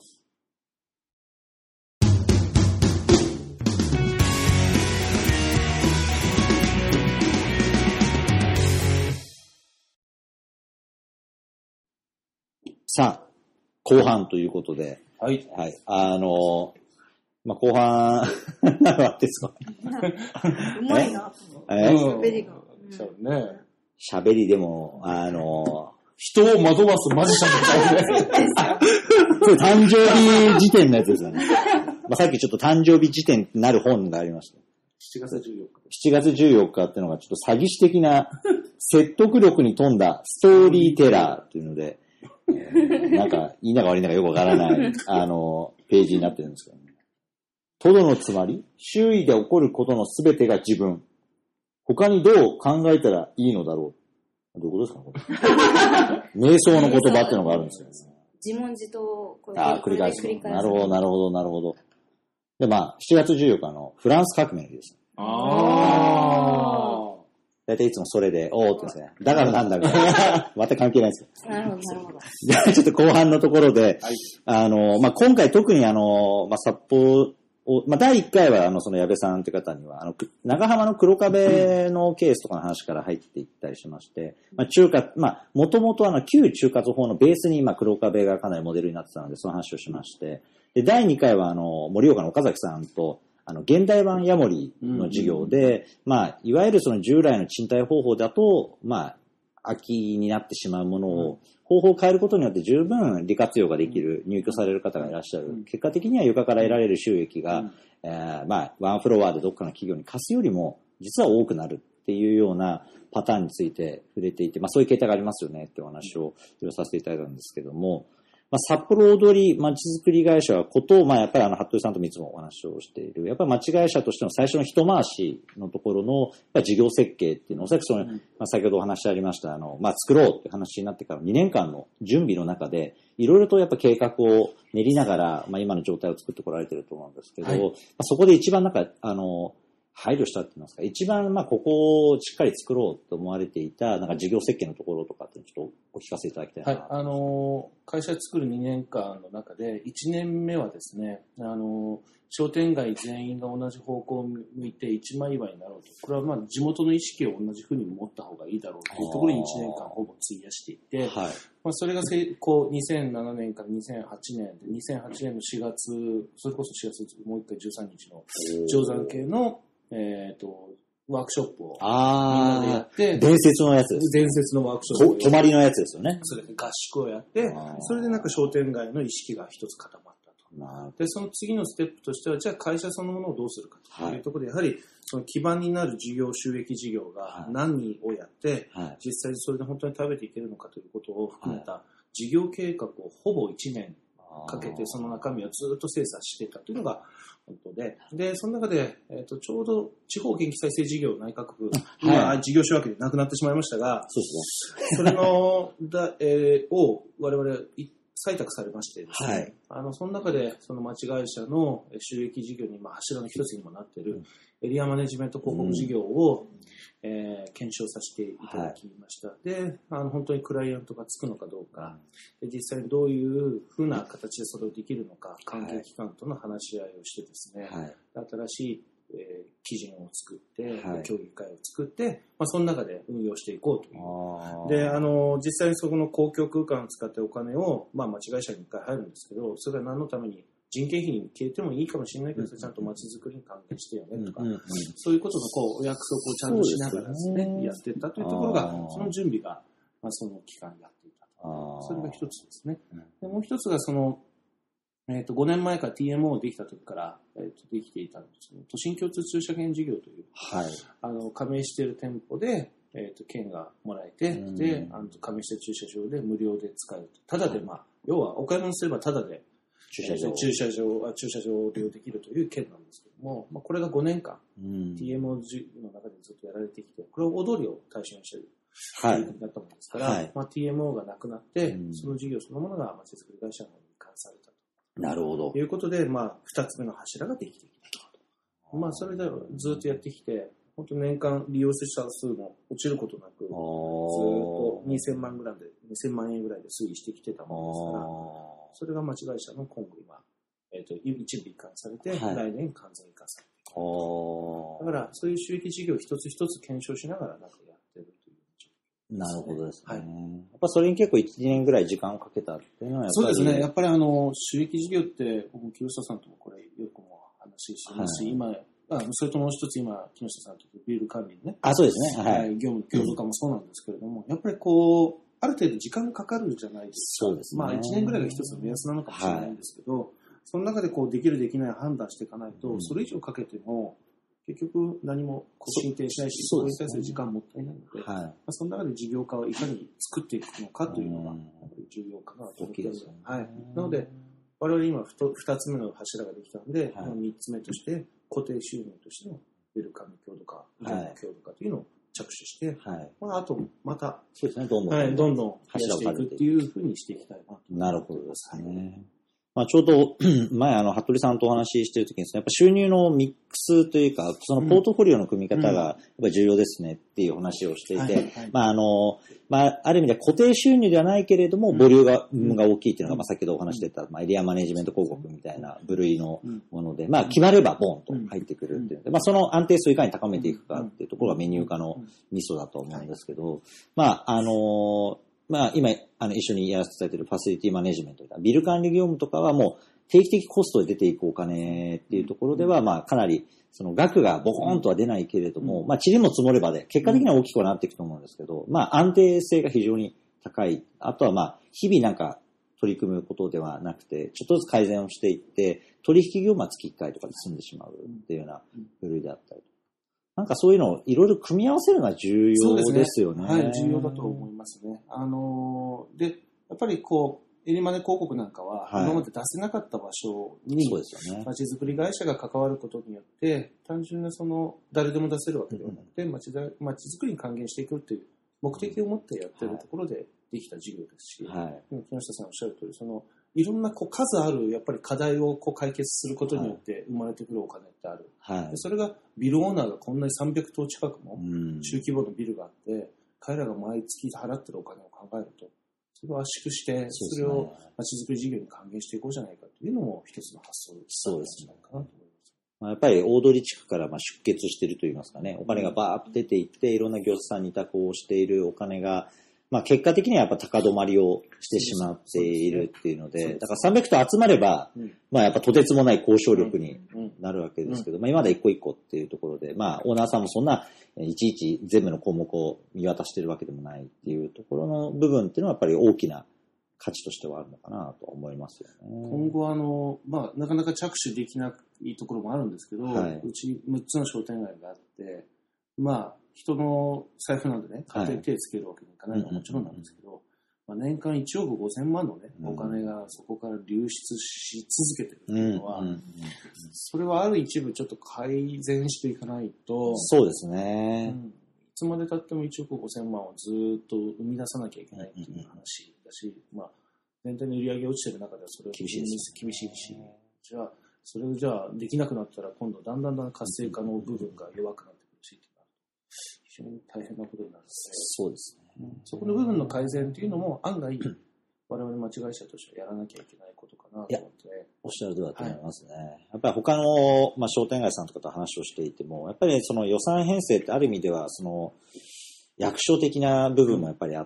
さあ、後半ということで。 はい。 はい。あの、まあ、後半、何がですかうまいな。 え喋りが。 そうね。 喋りでも、あの、 人を惑わすマジシャンみたいな。 それ誕生日時点のやつですよね。まあ、さっきちょっと誕生日時点になる本がありました。 しちがつじゅうよっか。 しちがつじゅうよっかっていうのがちょっと詐欺師的な説得力に富んだストーリーテラーっていうので、なんか、いいのか悪いのかよくわからない、あの、ページになってるんですけどね。とどのつまり、周囲で起こることのすべてが自分。他にどう考えたらいいのだろう。どういうことですかこれ瞑想の言葉っていうのがあるんですよ。 自問自答、これあ繰り返す。なるほど、なるほど、なるほど。で、まあ、しちがつじゅうよっかのフランス革命です。 ああ。 だいたいいつもそれで、おーってですね。だからなんだみたいな。また関係ないですけど。なるほど、なるほど。 じゃあちょっと後半のところで、はい、あの、まあ、今回特にあの、まあ、札幌を、まあ、だいいっかいはあの、その矢部さんって方には、あの、長浜の黒壁のケースとかの話から入っていったりしまして、まあ、中華、まあ、もともとあの、旧中華法のベースに、まあ、黒壁がかなりモデルになってたので、その話をしまして、で、だいにかいはあの、盛岡の岡崎さんと、 あの、現代版ヤモリの事業で、うん、まあ、いわゆるその従来の賃貸方法だと、まあ、空きになってしまうものを、方法を変えることによって十分利活用ができる、入居される方がいらっしゃる。結果的には床から得られる収益が、えー、まあ、ワンフロアでどっかの企業に貸すよりも、実は多くなるっていうようなパターンについて触れていて、まあ、そういう形態がありますよねってお話をさせていただいたんですけども、まあ、札幌大通まちづくり会社はことを、まあ、やっぱりあの、服部さんともいつもお話をしている、やっぱり町会社としての最初の一回しのところの、やっぱり事業設計っていうのを、おそらくその、うん、まあ、先ほどお話ありました、あの、まあ、作ろうって話になってからにねんかんの準備の中で、いろいろとやっぱ計画を練りながら、まあ、今の状態を作ってこられてると思うんですけど、はい、まあ、そこで一番なんか、あの、配慮したって言いますか、一番まあここをしっかり作ろうと思われていたなんか事業設計のところとかってちょっとお聞かせいただきたいな。 はい、あの会社作るにねんかんの中でいちねんめはですね、あの商店街全員が同じ方向を向いて一枚岩になろうと、これはまあ地元の意識を同じふうに持った方がいいだろうというところにいちねんかんほぼ費やしていて、はい、まあ、それが成功にせんななねんからにせんはちねんでにせんはちねんのしがつ、それこそしがつもう一回じゅうさんにちの定山系のえっ、ー、と、ワークショップをみんなでやって、 伝説のやつです。 伝説のワークショップ。 泊まりのやつですよね。 それで合宿をやって、それでなんか商店街の意識が一つ固まったと。で、その次のステップとしては、じゃあ会社そのものをどうするかというところで、はい、やはりその基盤になる事業、収益事業が何人をやって、はい、実際にそれで本当に食べていけるのかということを含めた事業計画をほぼいちねんかけて、その中身をずっと精査していたというのが、本当で、で、その中で、えっと、ちょうど地方元気再生事業内閣府、今、はい、事業所分けでなくなってしまいましたが、 そうですね。 それの、だ、えー、を我々採択されましてですね、はい、あの、その中で、その町会社の収益事業に、まあ、柱の一つにもなっている、エリアマネジメント広告事業を、うん、えー、検証させていただきました。はい、で、あの、本当にクライアントがつくのかどうか、で実際にどういうふうな形でそれをできるのか、関係機関との話し合いをしてですね、はい、新しい、えー、基準を作って、はい、協議会を作って、まあ、その中で運用していこうという。で、あの、実際にそこの公共空間を使ってお金を、まあ、町会社に一回入るんですけど、それは何のために人件費に消えてもいいかもしれないけど、それちゃんと街づくりに関係してよねとか、うんうんうん、そういうことのこうお約束をちゃんとしながらですね、やっていったというところが、その準備が、まあ、その期間やっていたと。それが一つですね。でもう一つがその、えっと、ごねんまえから ティーエムオー できた時から、えっと、できていたんですけど、都心共通駐車券事業という、はい、あの、加盟している店舗で、えっと、券がもらえて、うん、で、あの加盟している駐車場で無料で使える。ただで、まあ、要はお買い物すればただで、駐車場、駐車場は駐車場を利用できるという件なんですけども、まあ、これがごねんかん、うん、ティーエムオー の中でずっとやられてきて、これを大通りを対象にしているというふうになったものですから、はい、まあ、ティーエムオー がなくなって、うん、その事業そのものがまちづくり会社の方に移管されたと。 なるほど。 ということで、まあ、二つ目の柱ができてきたと。まあ、それでずっとやってきて、本当年間利用者数も落ちることなく、ずっとにせんまんぐらいで、にせんまんえんぐらいで推移してきてたものですから、それが町会社の今後今、えっと、一部移管されて、はい、来年完全移管されている。だから、そういう収益事業を一つ一つ検証しながらなんかやってるという、 ね。なるほどですね。はい、やっぱそれに結構いちねんぐらい時間をかけたっていうのはやっぱり。 そうですね。やっぱりあの、収益事業って、僕も木下さんともこれよくも話してますし、はい、今、あそれともう一つ今、木下さんというビル管理ね。 あ、そうですね。はい。 業務の共同化もそうなんですけれども、うん、やっぱりこう、ある程度時間がかかるじゃないですか。 そうですね。 まあいちねんぐらいが一つの目安なのかもしれないんですけど、はい、その中でこうできるできない判断していかないと、うん、それ以上かけても、結局何もこう進展しないし、そこに対する時間もったいないので、はい、まあ、その中で事業化をいかに作っていくのかというのが重要かなと思っています。はい。なので、我々今ふたつめの柱ができたので、はい、みっつめとして固定収入としてのウェルカム強度化、業務強度化というのを着手して、はい、まあ、あとまた、 そうですね、どんどん、 はい、どんどん増やしていくっていうふうにしていきたいなと。 なるほどですね。まあ、ちょうど前、あの、服部さんとお話ししているときにですね、やっぱ収入のミックスというか、そのポートフォリオの組み方がやっぱり重要ですねっていう話をしていて、まあ、あの、まあ、ある意味で固定収入ではないけれども、ボリュームが大きいっていうのが、まあ、先ほどお話してた、まあ、エリアマネジメント広告みたいな部類のもので、まあ、決まればボンと入ってくるっていうので、まあ、その安定数をいかに高めていくかっていうところがメニュー化のミソだと思うんですけど、まあ、あの、まあ、今、あの、一緒にやらせていただいているファシリティマネジメントとか、ビル管理業務とかはもう、 定期的コストで出ていくお金っていうところでは、まあ、かなり、その額がボコーンとは出ないけれども、まあ、塵も積もればで、結果的には大きくはなっていくと思うんですけど、まあ、安定性が非常に高い。あとは、まあ、日々なんか取り組むことではなくて、ちょっとずつ改善をしていって、取引業務は月いっかいとかで済んでしまうっていうような部類であったり。なんかそういうのをいろいろ組み合わせるのは重要ですよね。 はい、重要だと思いますね。あのー、で、やっぱりこう、エリマネ広告なんかは、今まで出せなかった場所に、まちづくり会社が関わることによって、単純なその、誰でも出せるわけではなくて、まちづくりに還元していくっていう目的を持ってやってるところでできた事業ですし、はい、木下さんおっしゃる通り、その、いろんなこう数あるやっぱり課題をこう解決することによって生まれてくるお金ってある。はい、でそれがビルオーナーがこんなにさんびゃくとう近くも中規模のビルがあって、彼らが毎月払ってるお金を考えると、それを圧縮して、それをまちづくり事業に還元していこうじゃないかというのも一つの発想なんじゃないかなと思います。 まあ、やっぱり大通地区からまあ出血しているといいますかね、お金がバーッと出ていって、いろんな業者さんに委託をしているお金が、まあ結果的にはやっぱ高止まりをしてしまっているっていうので、だからさんびゃくとう集まれば、まあやっぱとてつもない交渉力になるわけですけど、まあ今まで一個一個っていうところで、まあオーナーさんもそんないちいち全部の項目を見渡してるわけでもないっていうところの部分っていうのはやっぱり大きな価値としてはあるのかなと思いますよね。 今後あの、まあなかなか着手できないところもあるんですけど、はい、うちむっつの商店街があって、まあ人の財布なんでね、勝手に手つけるわけにいかないのはもちろんなんですけど、まあ、年間いちおくごせんまんのね、お金がそこから流出し続けてるっていうのは、うんうんうん、それはある一部ちょっと改善していかないと、 そうですね、 うん。いつまで経ってもいちおくごせんまんをずっと生み出さなきゃいけないっていう話だし、うんうん、まあ、全体の売り上げ落ちてる中ではそれは厳しいです。厳しいし、じゃあ、それをじゃあできなくなったら今度だんだんだん活性化の部分が弱くなってくるし、非常に大変なことになるので、 そうですね。 そこの部分の改善というのも案外、我々間違い者としてはやらなきゃいけないことかなと思って。 おっしゃる通りだと思いますね。はい、やっぱり他の、まあ、商店街さんとかと話をしていても、やっぱりその予算編成ってある意味では、その役所的な部分もやっぱりあって、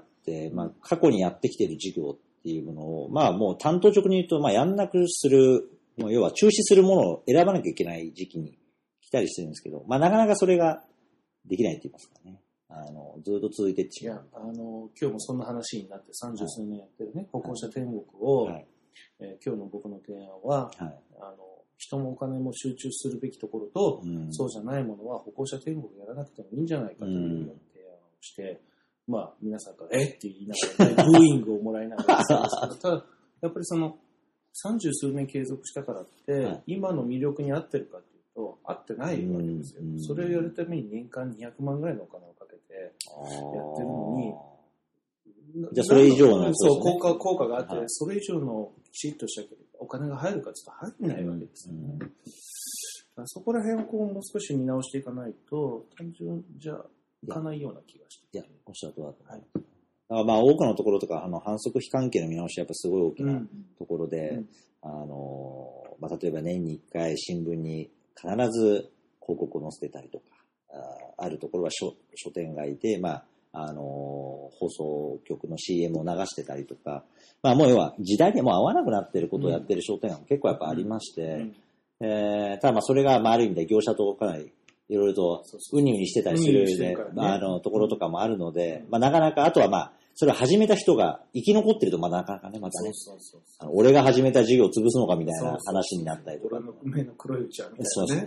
まあ、過去にやってきている事業っていうものを、まあもう担当直に言うと、まあやんなくする、もう要は中止するものを選ばなきゃいけない時期に来たりしてるんですけど、まあなかなかそれができないって言いますかね。あの、ずっと続いていってしまう。いや、 あの、今日もそんな話になってさんじゅうすうねんやってるね、歩行者天国を、はい、えー、今日の僕の提案は、はい、あの、人もお金も集中するべきところと、うん、そうじゃないものは歩行者天国やらなくてもいいんじゃないかというような提案をして、うん、まあ、皆さんから、えって言いながら、ね、ブーイングをもらいながらただ、やっぱりその、さんじゅうすうねん継続したからって、はい、今の魅力に合ってるかっていうと、合ってないわけですよ。うん、それをやるために年間にひゃくまんぐらいのお金をかけてやってるのに、 じゃあそれ以上の、ね、 そう、効果、効果があって、はい、それ以上のきちっとしたお金が入るかちょっと入らないわけですよね。うん、だからそこら辺をこうもう少し見直していかないと、単純じゃいかないような気がして。 いや、おっしゃるとおりだと思います。はい、だからまあ多くのところとか、あの反則非関係の見直しはやっぱすごい大きなところで、うん、あの、まあ、例えば年にいっかい新聞に必ず広告を載せてたりとか、あ, あるところは 書, 書店街で、まあ、あの、放送局の シーエム を流してたりとか、まあもう要は時代にもう合わなくなっていることをやってる商店街も結構やっぱありまして、うんうん、えー、ただまあそれがまあある意味で業者とかなりいろいろとウニウニしてたりするで、ね、まあ、あのところとかもあるので、うん、まあなかなか、あとはまあ、それを始めた人が生き残ってると、まあなかなかね、またね、そうそうそうそう、あの俺が始めた事業を潰すのかみたいな話になったりとか。 俺の目の黒いうちはみたいな、ね。そうそう。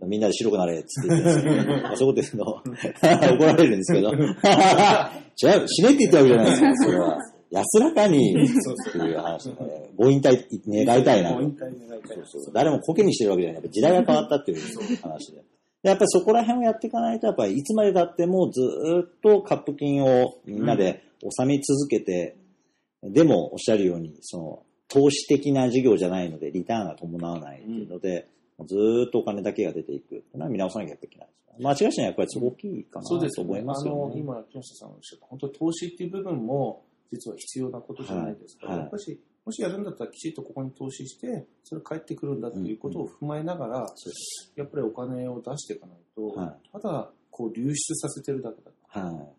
みんなで白くなれって言ってるんですけど、まあそういうこと言うの、怒られるんですけど、違う、死ねって言ったわけじゃないですか、それは。安らかにっていう話で、ね、ご引退願いたいな。ご引退願いたい。そうそう、誰もコケにしてるわけじゃない。時代が変わったっていう話で。やっぱりそこら辺をやっていかないと、やっぱりいつまで経ってもずっとカップ金をみんなで納め続けて、うん、でもおっしゃるように、その投資的な事業じゃないのでリターンが伴わないっていうので、うん、ずっとお金だけが出ていくっていうのは見直さなきゃいけないですね。間違いしないやっぱり大きいかなと思いますよね。 そうですね。あの、今、木下さんおっしゃった、本当に投資っていう部分も実は必要なことじゃないですか。はいはい、やっぱりもしやるんだったらきちっとここに投資して、それ返ってくるんだっていうことを踏まえながら、うんうん、やっぱりお金を出していかないと、はい、ただこう流出させてるだけだと。はい、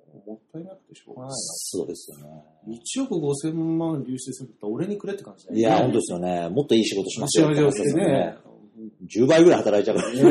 もったいなくてしょうがないな。 そうですよね。 いちおくごせんまん流出するんだったら俺にくれって感じだよね。 いや、本当ですよね。もっといい仕事しますよね。幸せですね。 じゅうばいぐらい働いちゃうから。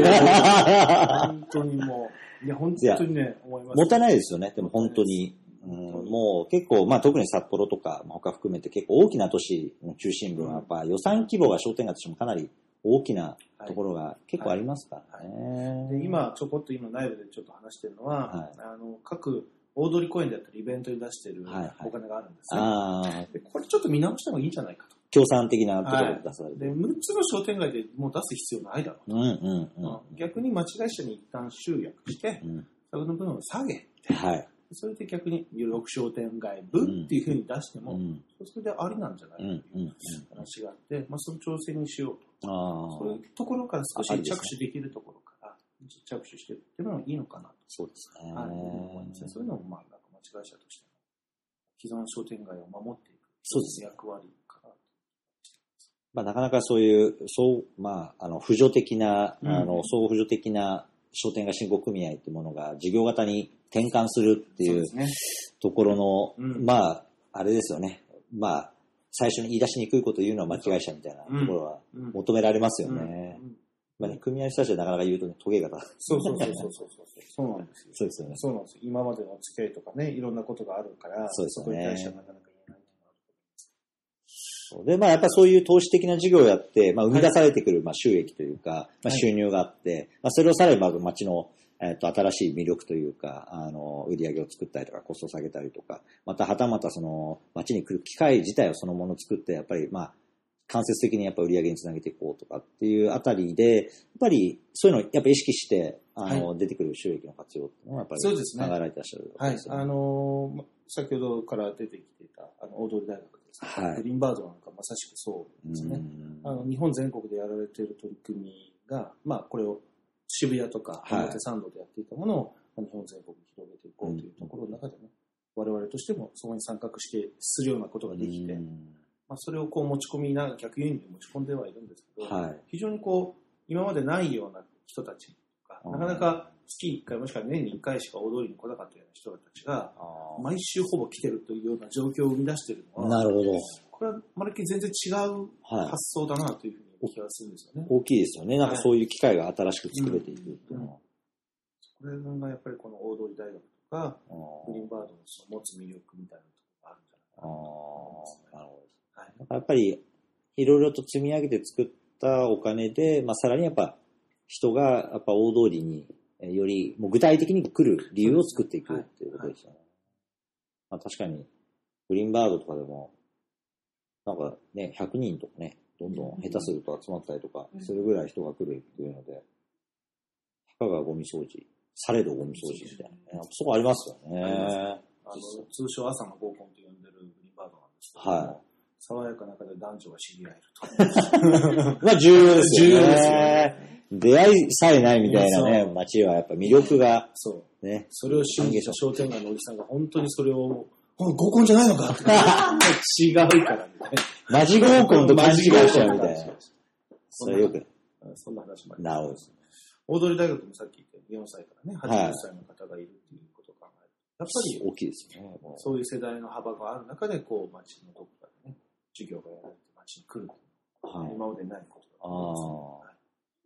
本当にもう、いや、本当にね、思います、ね。 もったいないですよね、でも本当に。うん、もう結構、まあ特に札幌とか、まあ、他含めて結構大きな都市の中心部はやっぱ予算規模が商店街としてもかなり大きなところが結構ありますからね。はいはい、 で今、ちょこっと今内部でちょっと話してるのは、はい、あの各大通公園であったりイベントに出してるお金があるんですね、はいはい、でこれちょっと見直した方がいいんじゃないかと。 協賛的なところで出されて、 はい、でむっつの商店街でもう出す必要ないだろうと、うんうんうん、逆に町会社に一旦集約して、うん、その分を下げて、はい、それで逆によろく商店街部っていうふうに出しても、うん、それでありなんじゃないかという話があって、まあ、その調整にしようと、あそういうところから少し着手できるところから着手していってもいいのかなと。 そうですね。 はい、そういうのもまあなんか町会社として既存商店街を守っていくそうです役割かなと。 まあ、なかなかそういう、そう、まあ、あの、扶助的な、うん、あの、総扶助的な商店街振興組合っていうものが事業型に転換するっていうところの、うん、まあ、あれですよね。まあ、最初に言い出しにくいことを言うのは町会社みたいなところは求められますよね。うんうん、まあね、組合の人たちはなかなか言うとね、トゲがそうそうそうそうそう。そうなんですよ。 そうですよね。 そうなんですよ。今までの付き合いとかね、いろんなことがあるから、 そうですよね。 そこに対してはなかなか言えないのがあると思います。で、まあやっぱそういう投資的な事業をやって、まあ生み出されてくる、まあ収益というか、まあ収入があって、まあそれをさらにまず町のえっと、新しい魅力というか、あの、売り上げを作ったりとか、コストを下げたりとか、またはたまたその、街に来る機会自体をそのものを作って、やっぱり、まあ、間接的にやっぱ売り上げにつなげていこうとかっていうあたりで、やっぱり、そういうのをやっぱ意識して、あの、はい、出てくる収益の活用っていうのは、やっぱり、考えられてらっしゃる、ね。 はい。あの、先ほどから出てきていた、あの、大通大学ですね。はい。グリーンバードなんかまさしくそうですね。あの、日本全国でやられている取り組みが、まあ、これを、渋谷とか表参道でやっていたものを日本全国に広げていこうというところの中でね、我々としてもそこに参画してするようなことができて、まあ、それをこう持ち込みな逆輸入に持ち込んではいるんですけど、はい、非常にこう今までないような人たちとか、なかなか月いっかいもしくは年にいっかいしか大通りに来なかったような人たちが毎週ほぼ来てるというような状況を生み出しているのは、 なるほど。 これはまるっきり全然違う発想だなというふうに気がするんですよね。 大きいですよね。なんかそういう機会が新しく作れていくっていうのは。 これがやっぱりこの大通大学とか、グリーンバードの持つ魅力みたいなところがあるんじゃないかなと思いますね。 なるほど。はい、やっぱり、いろいろと積み上げて作ったお金で、まあ、さらにやっぱ人がやっぱ大通りによりもう具体的に来る理由を作っていくっていうことですよね。はいはい、まあ、確かに、グリーンバードとかでも、なんかね、ひゃくにんとかね、どんどん下手すると集まったりとかするぐらい人が来るっていうので、たかがゴミ掃除、されどゴミ掃除みたいな、ね、そこありますよね。 あの通称朝の合コンと呼んでるグリーンバードなんですけど、はい、爽やかな中で男女が知り合えると。 まあ重要ですよね。重要ですよね。出会いさえないみたいなね、街はやっぱ魅力が、 そう。ね。それを信じた商店街のおじさんが本当にそれを、合コンじゃないのかって違うからね。 マジ合コンと勘違いしちゃうみたいな。それよく。 そんな話もあります。なるほど。 大通大学もさっき言ったよんさいからね、はちじゅっさいの方がいるっていうことを考えると、やっぱり大きいですよね。 そういう世代の幅がある中で、こう、街のどこかでね、授業がやられて街に来る。はい、今までないことだと思います、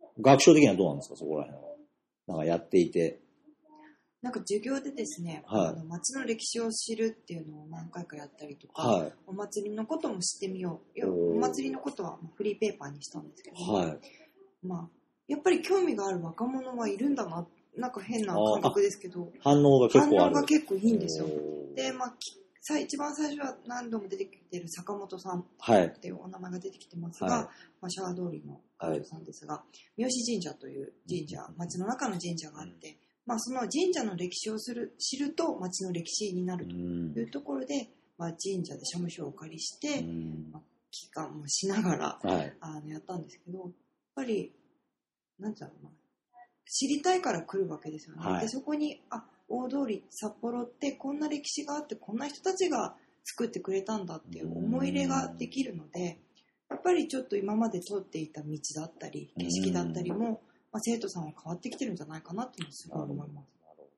ね。学習的にはどうなんですか、そこら辺は。なんかやっていて。 なんか授業でですね、はい、あの街の歴史を知るっていうのを何回かやったりとか、はい、お祭りのことも知ってみよう。お祭りのことはフリーペーパーにしたんですけど、はい、まあ、やっぱり興味がある若者はいるんだな、なんか変な感覚ですけど、 反応が結構ある。 反応が結構いいんですよ。で、まあ、さ一番最初は何度も出てきている坂本さんっていうお名前が出てきてますが、はい、まあ、シャワー通りの彼女さんですが、はい、三好神社という神社、街の中の神社があって、うん、まあ、その神社の歴史をする知ると街の歴史になるというところで、まあ、神社で社務所をお借りして、まあ、期間もしながら、はい、あのやったんですけど、やっぱりなんだろうな、知りたいから来るわけですよね。はい、でそこにあ大通り札幌ってこんな歴史があってこんな人たちが作ってくれたんだっていう思い入れができるので、やっぱりちょっと今まで通っていた道だったり景色だったりも、まあ、生徒さんは変わってきてるんじゃないかなっていうのはすごい思います。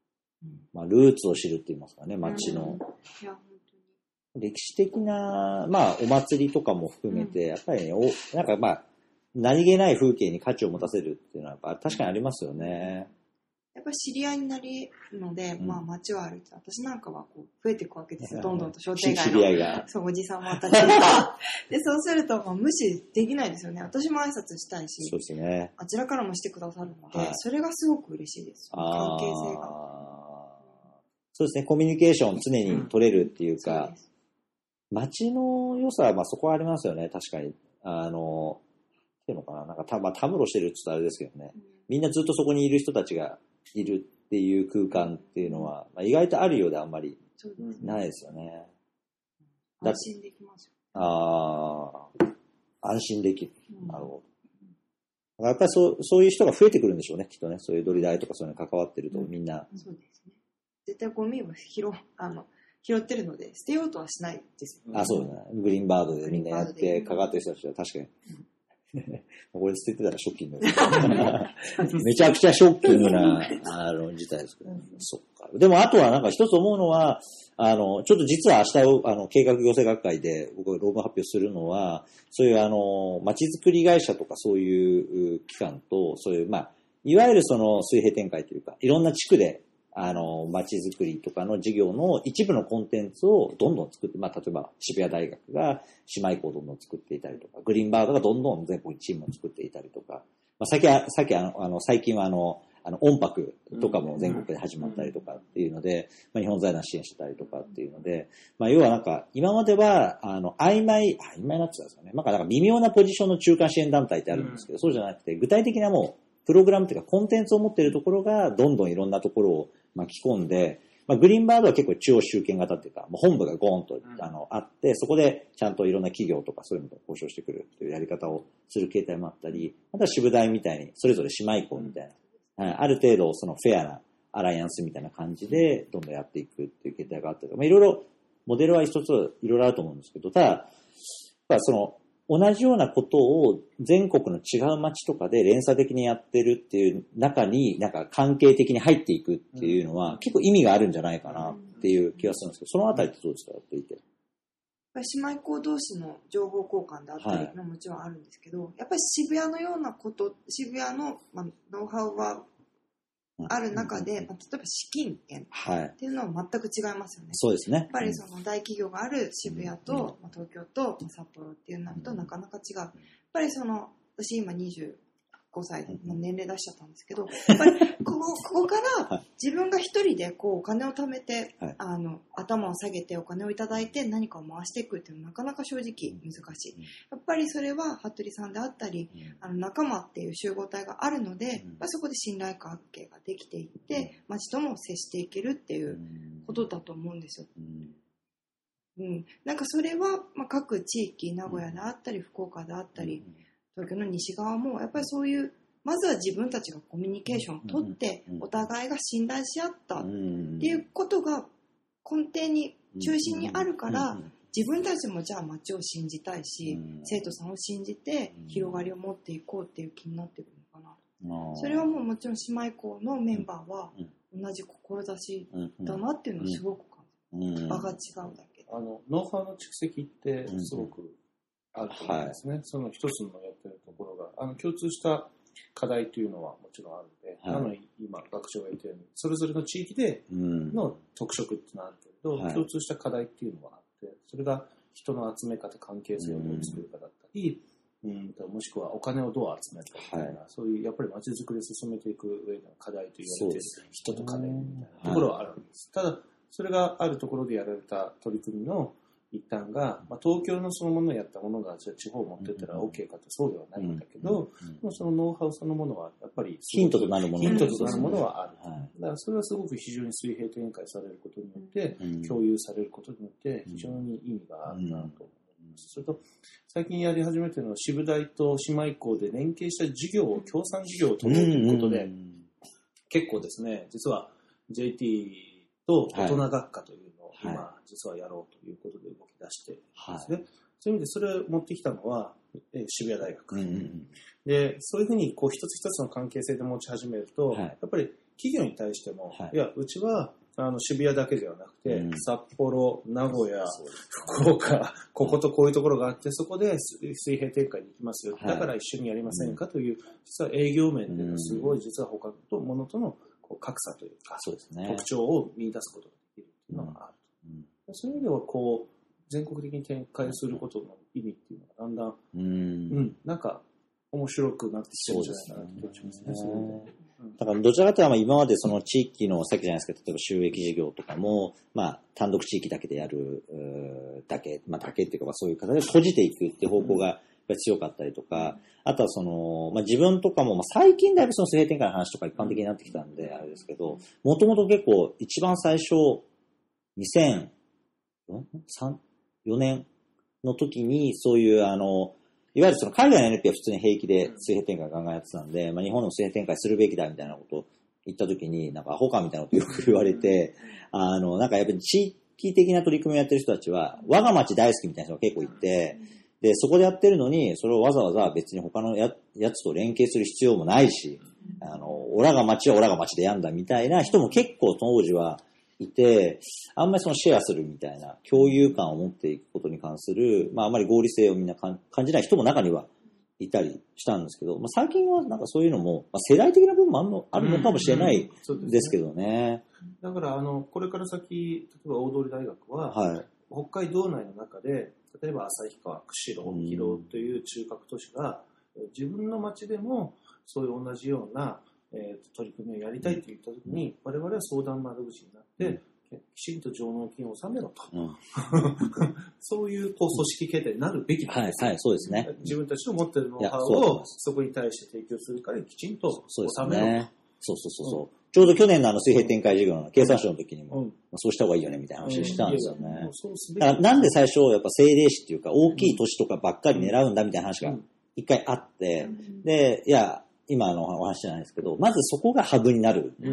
まあ、ルーツを知るって言いますかね、町の。 うん、いや本当に歴史的な、まあ、お祭りとかも含めて、うん、やっぱりね、おなんかまあ、何気ない風景に価値を持たせるっていうのはやっぱ確かにありますよね。 やっぱり知り合いになるので、うん、まあ街を歩いて、私なんかはこう増えていくわけですよ。どんどんと商店街の。知り合いが。そう、おじさんもあったりとか。で、そうすると、まあ、無視できないですよね。私も挨拶したいし。 そうですね。 あちらからもしてくださるので、はい、それがすごく嬉しいです。関係性が。 そうですね。コミュニケーション常に取れるっていうか、うん、街の良さはまあそこはありますよね。確かに。あの、っていうのかな。なんかた、まあ、たむろしてるって言ったらあれですけどね、うん。みんなずっとそこにいる人たちがいるっていう空間っていうのは、まあ、意外とあるようであんまりないですよね。 安心できますよ。 ああ、安心できる。なるほど。やっぱりそう、そういう人が増えてくるんでしょうね、きっとね。そういうドリダイとかそういうのに関わってると、みんな。 そうですね。絶対ゴミを拾、あの、拾ってるので、捨てようとはしないですよね。 あ、そうだね。グリーンバードでみんなやって関わってる人たちは確かに。これ捨ててたらショッキングめちゃくちゃショッキングな、あの、事態ですけど、うん、そっか。でも、あとはなんか一つ思うのは、あの、ちょっと実は明日、あの、計画行政学会で僕が論文発表するのは、そういうあの、街づくり会社とかそういう機関と、そういう、まあ、いわゆるその水平展開というか、いろんな地区で、あの、街づくりとかの事業の一部のコンテンツをどんどん作って、まあ、例えば渋谷大学が姉妹校をどんどん作っていたりとか、グリーンバードがどんどん全国にチームを作っていたりとか、まあ、さっきは、さっきあの、あの最近はあの、あの、音楽とかも全国で始まったりとかっていうので、まあ、日本財団支援してたりとかっていうので、まあ、要はなんか、今までは、あの、曖昧、曖昧なってたんですかね。なんか、なんか微妙なポジションの中間支援団体ってあるんですけど、そうじゃなくて、具体的なもう、プログラムっていうかコンテンツを持っているところが、どんどんいろんなところを巻き込んで、まあ、グリーンバードは結構中央集権型っていうか、もう本部がゴーンと、あの、あって、そこでちゃんといろんな企業とかそういうのと交渉してくるというやり方をする形態もあったり、また渋大みたいに、それぞれ姉妹校みたいな、ある程度そのフェアなアライアンスみたいな感じで、どんどんやっていくっていう形態があったりとか、まあ、いろいろ、モデルは一ついろいろあると思うんですけど、ただ、やっぱその、同じようなことを全国の違う街とかで連鎖的にやってるっていう中になんか関係的に入っていくっていうのは結構意味があるんじゃないかなっていう気がするんですけど、そのあたりってどうですか、やっていて。やっぱり姉妹校同士の情報交換であったりももちろんあるんですけど、はい、やっぱり渋谷のようなこと、渋谷の、まあ、ノウハウはある中で、まあ、例えば資金源っていうのは全く違いますよね。 そうですね。 やっぱりその大企業がある渋谷と、まあ、東京と札幌っていうのとなかなか違う。やっぱりその私今にじゅうごさいの年齢出しちゃったんですけど、やっぱりここ、ここから自分が一人でこうお金を貯めて、はい、あの頭を下げてお金をいただいて何かを回していくっていうのはなかなか正直難しい。やっぱりそれは服部さんであったり、あの仲間っていう集合体があるので、やっぱそこで信頼関係ができていって街とも接していけるっていうことだと思うんですよ。うん、なんかそれは、まあ、各地域、名古屋であったり福岡であったり、東京の西側もやっぱりそういうまずは自分たちがコミュニケーションを取ってお互いが信頼し合ったっていうことが根底に中心にあるから自分たちもじゃあ街を信じたいし生徒さんを信じて広がりを持っていこうっていう気になってくるのかな。それはもうもちろん姉妹校のメンバーは同じ志だなっていうのをすごく感じる。場が違うだけであのノウハウの蓄積ってすごくあると思うんですね、はい、その一つのやってるところがあの共通した課題というのはもちろんあるので、はい、なので今学長が言ったようにそれぞれの地域での特色っていうのはあるけれど、うん、共通した課題っていうのはあってそれが人の集め方関係性をどう作るかだったり、うん、ともしくはお金をどう集めるかみたいな、はい、そういうやっぱり街づくりを進めていく上での課題と言われている人と金みたいなところはあるんです、はい、ただそれがあるところでやられた取り組みの一端が、まあ、東京のそのものをやったものがじゃあ地方を持ってったら OK かってそうではないんだけど、うん、そのノウハウそのものはやっぱりヒントとなるものヒントとなるものはある、はい、だからそれはすごく非常に水平展開されることによって、うん、共有されることによって非常に意味があるなと思います、うん、それと最近やり始めているのは渋大と姉妹校で連携した事業を協賛事業を取ろうということで、うん、結構ですね実は ジェイティー と大人学科というのを今、はい、実はやろうということで動き出してですね、はい、そういう意味でそれを持ってきたのは、えー、渋谷大学、うんうん、でそういうふうにこう一つ一つの関係性で持ち始めると、はい、やっぱり企業に対しても、 はい、 いや、うちは、あの、渋谷だけではなくて、うん、札幌、名古屋、福岡、こことこういうところがあって、そこで水平展開できますよ。はい、だから一緒にやりませんかという、実は営業面でいうのはすごい、実は他のものとのこう格差というか、 そうですね、 特徴を見出すことができるというのがある。うんうん、そういう意味では、こう、全国的に展開することの意味っていうのがだんだん、うん、うん、なんか面白くなってきてるんじゃないかなと思いますね。そうですね。 だからどちらかというと今までその地域のさっきじゃないですか、例えば収益事業とかも、まあ単独地域だけでやるだけ、まあだけっていうかまあそういう形で閉じていくっていう方向がやっぱり強かったりとか、あとはその、まあ自分とかも、まあ最近だいぶその水平展開の話とか一般的になってきたんであれですけど、もともと結構一番最初、にせんよねんの時にそういうあの、いわゆるその海外の エヌピー は普通に平気で水平展開ガンガンやってたんで、まあ、日本の水平展開するべきだみたいなことを言った時に、なんかアホかみたいなことよく言われて、あの、なんかやっぱり地域的な取り組みをやってる人たちは、我が町大好きみたいな人が結構いて、で、そこでやってるのに、それをわざわざ別に他の や, やつと連携する必要もないし、あの、オラが町はオラが町でやんだみたいな人も結構当時はいて、あんまりそのシェアするみたいな共有感を持っていくことに関する、まああまり合理性をみんな感じない人も中にはいたりしたんですけど、まあ、最近はなんかそういうのも、まあ、世代的な部分もあるの、あるのかもしれないですけどね。 だからあの、これから先、例えば大通大学は、はい、北海道内の中で、例えば旭川、釧路、広尾という中核都市が、自分の町でもそういう同じようなえー、取り組みをやりたいと言ったときに、我々は相談窓口になって、うん、きちんと上納金を納めろと。うん、そういうこう組織形態になるべきなんです、 はい、はい、そうですね。 自分たちの持っているノウハウをそこに対して提供するからきちんと納めろと。ね、 そうそうそうそう、うん。ちょうど去年のあの水平展開事業の経産省の時にも、うん、そうした方がいいよねみたいな話したんですよね。うん、だからなんで最初やっぱ政令市っていうか大きい都市とかばっかり狙うんだみたいな話が一回あって、うん、で、いや、今のお話じゃないですけど、まずそこがハブになる。うん、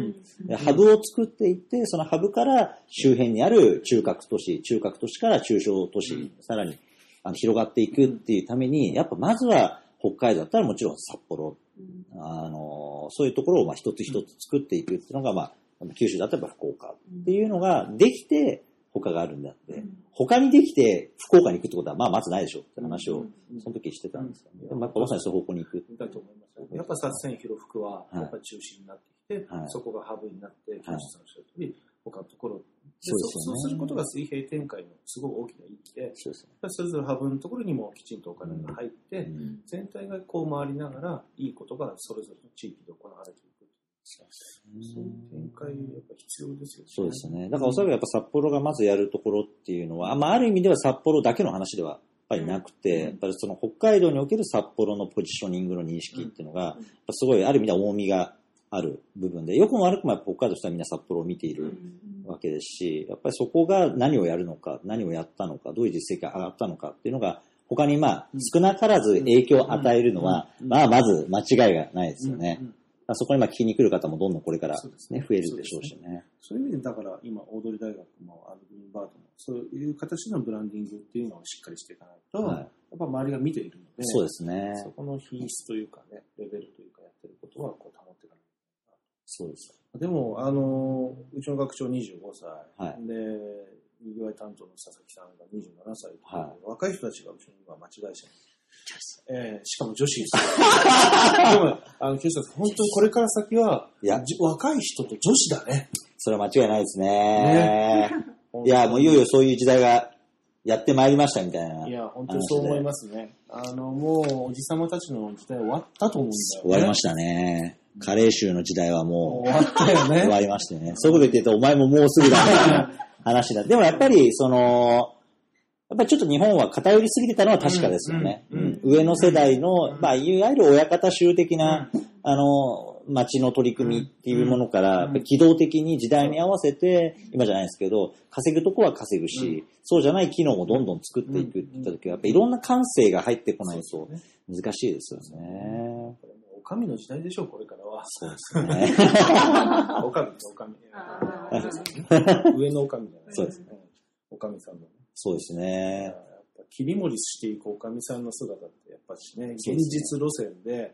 ハブを作っていって、そのハブから周辺にある中核都市、中核都市から中小都市、うん、さらにあの広がっていくっていうために、やっぱまずは北海道だったらもちろん札幌、うん、あのそういうところをまあ一つ一つ作っていくっていうのが、まあ、九州だったら福岡っていうのができて、他があるんであって、うん、他にできて福岡に行くってことはまあまずないでしょって話をその時してたんですよね。でもやっぱまさにそういう方向に行く。 だと思います。やっぱ薩泉広福はやっぱり中心になってきて、はい、そこがハブになって、九州さんのおっしゃる通り、他のところでそうですよね、そうすることが水平展開のすごく大きな意義で、そうですね、それぞれハブのところにもきちんとお金が入って、うん、全体がこう回りながらいいことがそれぞれの地域で行われていく。そういう展開やっぱ必要ですよね。 そうですね。だからおそらくやっぱ札幌がまずやるところっていうのは、まあある意味では札幌だけの話ではやっぱりなくて、やっぱりその北海道における札幌のポジショニングの認識っていうのが、やっぱすごいある意味では重みがある部分で、良くも悪くもやっぱ北海道としてはみんな札幌を見ているわけですし、やっぱりそこが何をやるのか、何をやったのか、どういう実績が上がったのかっていうのが、他にまあ少なからず影響を与えるのは、まあまず間違いがないですよね。そこにまあ聞きに来る方もどんどんこれからね、増えるでしょうしね。 そういう意味でだから今、大通大学もアルグリーンバードもそういう形のブランディングっていうのをしっかりしていかないと、はい、やっぱ周りが見ているので、 そうですね。 そこの品質というかね、レベルというかやってることはこう保っていかないと。 そうです。 でも、あの、うちの学長にじゅうごさい、はい、で、にぎわい担当の佐々木さんがにじゅうななさいという、はい、若い人たちがうちの今、町会社に。えー、しかも女子ですでも、あの、清さん、本当にこれから先は、いや若い人と女子だね。 それは間違いないですね。ねいや、もういよいよそういう時代がやってまいりましたみたいな。 いや、本当にそう思いますね。あの、もう、おじさまたちの時代終わったと思うんだよね。 終わりましたね。加齢臭の時代はもう、 終わったよね。 終わりましてね。そういうこと言ってると、お前ももうすぐだみたいな話だ。でもやっぱり、その、やっぱりちょっと日本は偏りすぎてたのは確かですよね。うんうんうん、上の世代の、まあ、いわゆる親方衆的な、あの、町の取り組みっていうものから、やっぱり機動的に時代に合わせて、今じゃないですけど、稼ぐとこは稼ぐし、そうじゃない機能もどんどん作っていくって言った時は、やっぱりいろんな感性が入ってこないと難しいですよね。 お上の時代でしょう、これからは。 そうですね。 お上です、お上。上のお上じゃない。 そうですね。 お上さんの。 そうですね。 やっぱ切り盛りしていくおかみさんの姿ってやっぱしね、現実路線でき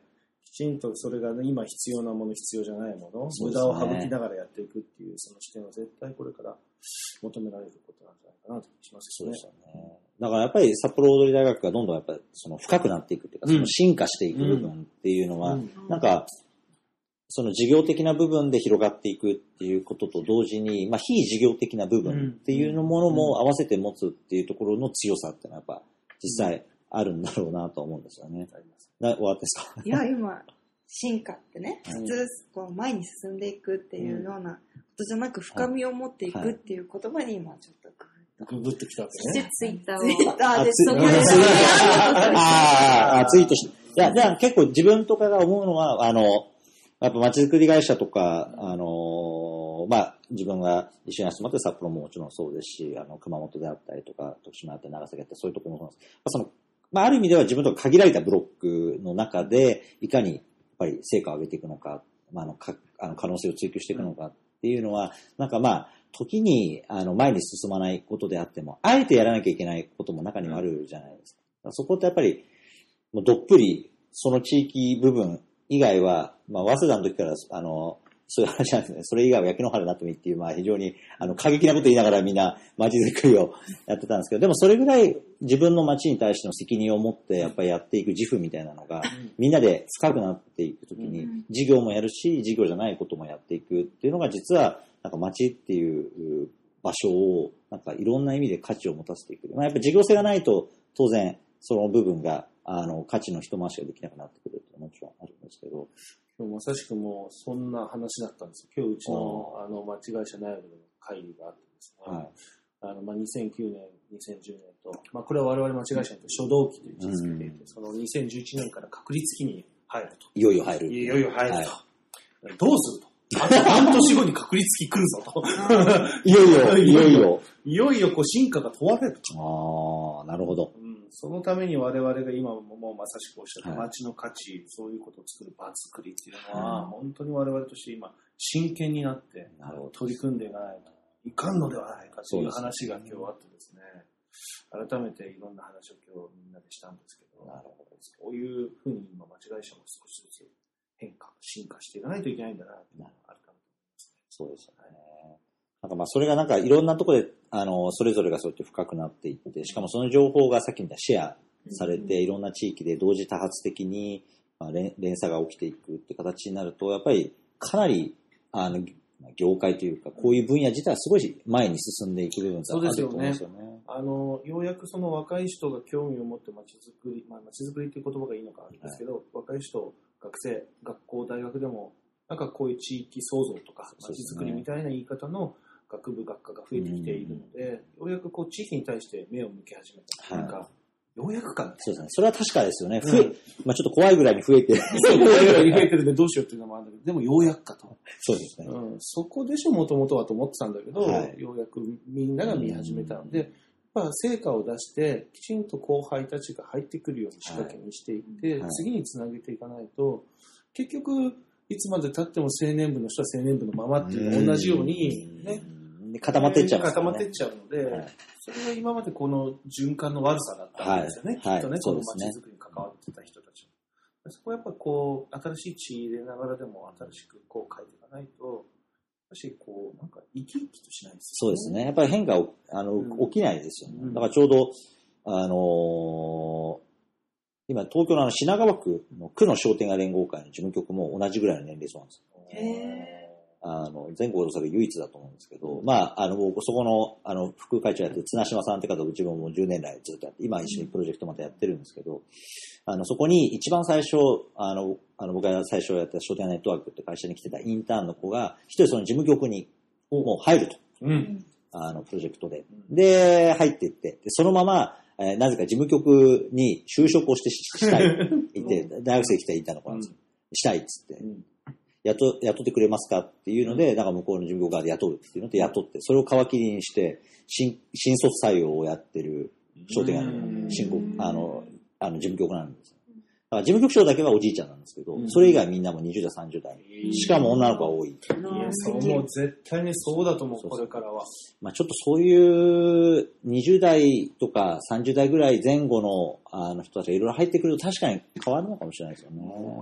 きちんとそれが、ね、今必要なもの、必要じゃないもの、 ね、 無駄を省きながらやっていくっていう、その視点は絶対これから求められることなんじゃないかなとしますね。 そうですよね。だからやっぱり札幌大通大学がどんどんやっぱりその深くなっていくっていうか、その進化していく部分っていうのは、うん、なんか、その事業的な部分で広がっていくっていうことと同時に、まあ、非事業的な部分っていうのものも合わせて持つっていうところの強さっていうのはやっぱ実際あるんだろうなと思うんですよね。な終わってですか？ いや、今、進化ってね、普通こう前に進んでいくっていうようなことじゃなく、深みを持っていくっていう言葉に今ちょっとググってきたわけね。 ツイッターを。 ツイッターでそこで。 ああ、ツイートして。いや、じゃあ結構自分とかが思うのは、あの、やっぱ街づくり会社とか、あの、まあ、自分が一緒に集まって札幌ももちろんそうですし、あの、熊本であったりとか、徳島であったり長崎であったり、そういうところもそうなんです。まあ、その、まあ、ある意味では自分とか限られたブロックの中で、いかにやっぱり成果を上げていくのか、まあ、あの、かあの可能性を追求していくのかっていうのは、なんかまあ、時に、あの、前に進まないことであっても、あえてやらなきゃいけないことも中にはあるじゃないですか。そこってやっぱり、もうどっぷり、その地域部分以外は、まあ、早稲田の時から、あの、そういう話なんですね。それ以外は焼け野原になってもいいっていう、まあ、非常に、あの、過激なこと言いながらみんな街づくりをやってたんですけど、でもそれぐらい自分の街に対しての責任を持って、やっぱりやっていく自負みたいなのが、みんなで深くなっていくときに、事業もやるし、事業じゃないこともやっていくっていうのが、実は、なんか街っていう場所を、なんかいろんな意味で価値を持たせていく。まあ、やっぱ事業性がないと、当然、その部分が、あの、価値の一回しができなくなってくるってもちろんあるんですけど。 今日まさしくもうそんな話だったんですよ。今日うちのあの町会社内部の会議があってですね。はい、あのまあ、にせんきゅうねん、にせんじゅうねんと、まあ、これは我々町会社にと初動期という位置づけていて、うん、そのにせんじゅういちねんから確立期に入ると。 いよいよ入る。 いよいよ入ると。はい、どうすると。あと半年後に確立期来るぞと。 いよいよ、いよいよ。 いよいよこう進化が問われると。 ああ、なるほど。 うんそのために我々が今ももうまさしくおっしゃった街の価値、はい、そういうことを作る場作りっていうのは、はい、本当に我々として今真剣になって取り組んでいかないといかんのではないかという話が今日あってですね、改めていろんな話を今日みんなでしたんですけど、なるほどそういうふうに今町会社も少しずつ変化、進化していかないといけないんだなというのがあるかなと思いますね。 そうですよね。なんかまあそれがなんかいろんなところであのそれぞれがそうやって深くなっていって、しかもその情報がさっき言ったシェアされて、いろんな地域で同時多発的にまあ連鎖が起きていくって形になると、やっぱりかなりあの業界というかこういう分野自体はすごい前に進んでいく部分があると思うんですよね。 そうですよね。あのようやくその若い人が興味を持って街づくり、まあ街づくりっていう言葉がいいのかあるんですけど、はい、若い人、学生、学校、大学でもなんかこういう地域創造とか街づくりみたいな言い方の学部学科が増えてきているので、うん、ようやくこう地域に対して目を向け始めたというか、はい、ようやくか、ね、 そうですね。それは確かですよね。増え、うん、まあちょっと怖いぐらいに増えてる。 そう、怖いぐらいに増えてるんでどうしようっていうのもあるんだけど、でもようやくかと。 そうですね。 うん、そこでしょ、もともとはと思ってたんだけど、はい、ようやくみんなが見始めたので、うん、やっぱ成果を出して、きちんと後輩たちが入ってくるように仕掛けにしていって、はい、次につなげていかないと、結局、いつまで経っても青年部の人は青年部のままっていうのと同じように、ね、 固まっていっちゃう、ね、 固まっていっちゃうので、はい、それが今までこの循環の悪さだったんですよね、はい、きっとね、はい、この街づくりに関わってた人たちも。そこはやっぱこう、新しい血入れながらでも新しくこう変えていかないと、私こう、なんか生き生きとしないですよね。そうですね。やっぱり変化をあの、うん、起きないですよね。だからちょうど、あのー、今、東京のあの品川区の区の商店街連合会の事務局も同じぐらいの年齢層なんですよ。 へー。 あの、全国で唯一だと思うんですけど、まあ、あの、そこの、あの、副会長やってる綱島さんって方と自分もじゅうねん来ずっとやって、今一緒にプロジェクトまたやってるんですけど、あの、そこに一番最初、あの、あの僕が最初やった商店街ネットワークって会社に来てたインターンの子が、一人その事務局にもう入ると。 うん。 あの、プロジェクトで。で、入っていって、でそのまま、えー、なぜか事務局に就職をしてしたいって言って、大学生来たインターンの子なんですよ。うん、したいっつって。うん雇、雇ってくれますかっていうので、なんか向こうの事務局側で雇うっていうので雇って、それを皮切りにして、新、新卒採用をやってる商店街の新国、あの、あの事務局なんです。だから事務局長だけはおじいちゃんなんですけど、それ以外みんなもにじゅう代、さんじゅう代。しかも女の子が多い。いや、そう、もう絶対にそうだと思う、これからは。 まあちょっとそういうにじゅう代とかさんじゅう代ぐらい前後のあの人たちがいろいろ入ってくると確かに変わるのかもしれないですよね。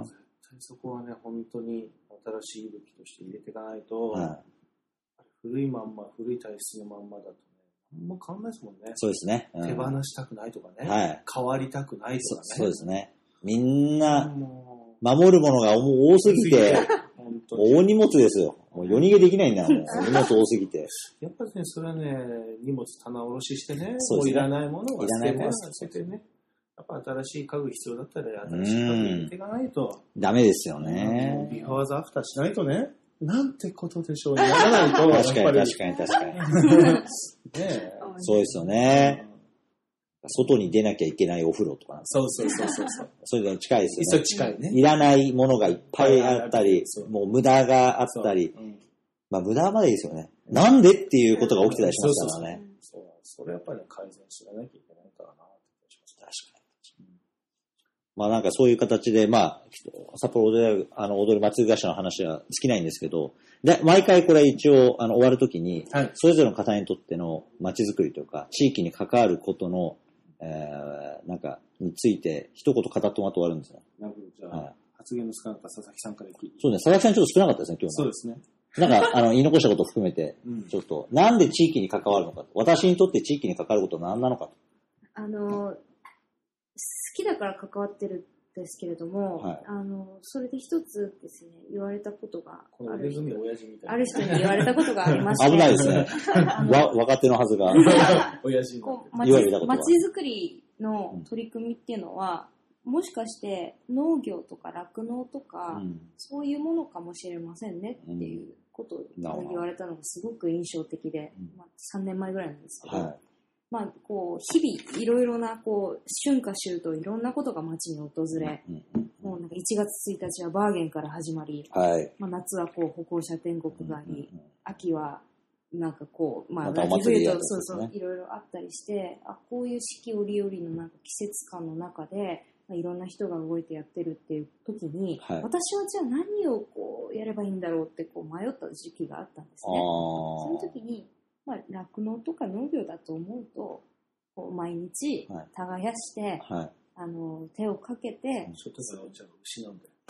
そこはね、本当に新しい息吹として入れていかないと、 はい、 古いまんま、古い体質のまんまだとね、あんま変わんないですもんね。 そうですね。 うん、手放したくないとかね、 はい、 変わりたくないとかね。 そ, そうですね。みんな、守るものが多すぎて、大荷物ですよ。もう夜逃げできないんだもん。荷物多すぎて。 やっぱりね、それはね、荷物棚卸ししてね、そうですね、もういらないものを捨てて、捨ててね。やっぱ新しい家具必要だったら新しい家具入れていかないと。 ダメですよね。 ビフォーザアフターしないとね、なんてことでしょうにならないと。 確かに確かに確かに。ねそうですよね。外に出なきゃいけないお風呂とか。 そうそうそうそうそう。 そういうの近いですよね。 近いね。 いらないものがいっぱいあったり、もう無駄があったり。うん、まあ無駄までいいですよね。なんでっていうことが起きてたりしますからね。 そうそうそう。それやっぱり改善しなきゃいけないからなって気がします。確かに。 まあなんかそういう形で、まあ、札幌踊り、あの、踊り祭り会社の話は尽きないんですけど、で、毎回これ一応、あの、終わるときに、はい、それぞれの方にとっての街づくりとか、地域に関わることの、えー、なんか、について、一言語ってもらって終わるんですよ。 なるほど、じゃあ、はい、発言の少なかった佐々木さんから聞いて。 そうね、佐々木さんちょっと少なかったですね、今日そうですね。 なんか、あの、言い残したことを含めて、ちょっと、うん、なんで地域に関わるのか、私にとって地域に関わることは何なのかと。 あの、好きだから関わってるんですけれども、はい、あの、それで一つですね、言われたことがある人、ある人に言われたことがありまして。 危ないですね。わ若手のはずが。 親父こう街づくりの取り組みっていうのは、うん、もしかして農業とか酪農とか、うん、そういうものかもしれませんねっていうことを言われたのがすごく印象的で、うんまあ、さんねんまえぐらいなんですけど、はい、まあ、こう日々いろいろなこう春夏秋冬いろんなことが街に訪れ、うんうん、もうなんかいちがつついたちはバーゲンから始まり、はいまあ、夏はこう歩行者天国があり、うんうん、秋はなんかこう、まあ、冬とそうそういろいろあったりして、あ、こういう四季折々のなんか季節感の中で、まあ、いろんな人が動いてやってるっていう時に、はい、私はじゃあ何をこうやればいいんだろうってこう迷った時期があったんですね。その時にまあ、酪農とか農業だと思うと、こう毎日耕して、はい、あの手をかけて、 ちょっとそれじゃ牛なんだよ。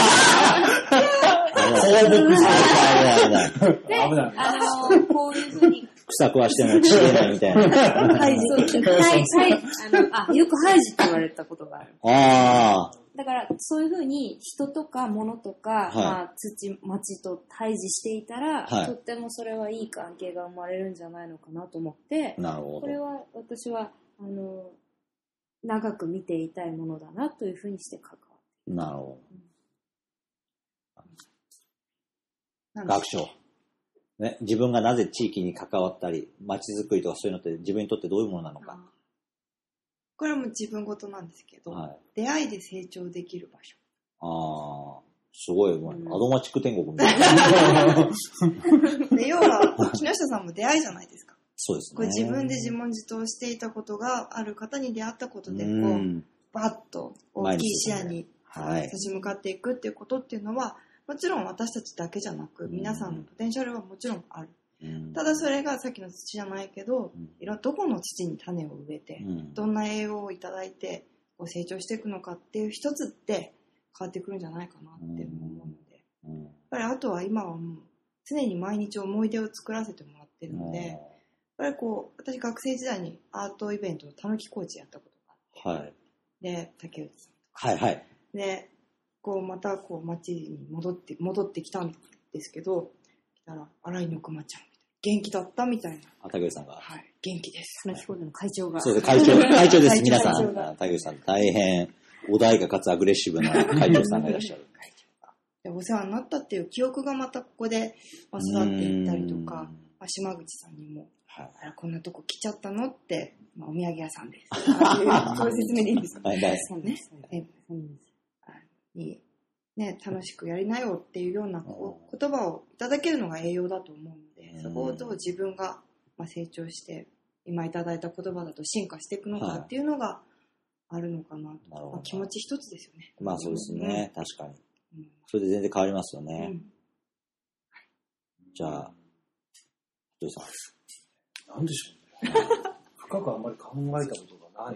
で、あのこういうふうに草食わしてもちげないみたいな。 ハイジ、ハイジ、あのあよくハイジって言われたことがある。ああ。だからそういうふうに人とか物とか、はいまあ、土、町と対峙していたら、はい、とってもそれはいい関係が生まれるんじゃないのかなと思って、なるほどこれは私はあの長く見ていたいものだなというふうにして関わっている。 なるほど。うん、学長、ね。自分がなぜ地域に関わったり、町づくりとかそういうのって自分にとってどういうものなのか。 これはもう自分事なんですけど、はい、出会いで成長できる場所。 ああ、すごい、うん、アドマチック天国みたいな。 で要は、木下さんも出会いじゃないですか。 そうですね。 これ自分で自問自答していたことがある方に出会ったことで、こう、バッと大きい視野に立ち向かっていくっていうことっていうのは、もちろん私たちだけじゃなく、皆さんのポテンシャルはもちろんある。ただそれがさっきの土じゃないけど、いろんなどこの土に種を植えて、うん、どんな栄養をいただいてこう成長していくのかっていう一つって変わってくるんじゃないかなって思うので、うん、やっぱりあとは今はもう常に毎日思い出を作らせてもらってるので、やっぱりこう私学生時代にアートイベントのたぬきコーチやったことがあって、はい、で竹内さんとか、はいはい、でこうまたこう街に戻って戻ってきたんですけど、来たら荒井のくまちゃん元気だったみたいな。 あ、竹内さんが。 はい。元気です。 その彦根の会長が。 そうです、会長。会長です、皆さん。竹内さん、大変、穏やかかつアグレッシブな会長さんがいらっしゃる。会長が。 で、お世話になったっていう記憶がまたここで育っていったりとか、まあ、島口さんにも、はい、あら、こんなとこ来ちゃったのって、まあ、お土産屋さんです。そういう説明でいいんですか？はい、大好きです。ね。に、ね、楽しくやりなよっていうようなこう言葉をいただけるのが栄養だと思うので、そこをどう自分がまあ成長して今いただいた言葉だと進化していくのかっていうのがあるのかなと、はい、まあ、気持ち一つですよね。 まあそうですね、うん、確かに、うん、それで全然変わりますよね、うん、じゃあひとりさん、 なんでしょうね深くあんまり考えたことがない。 こ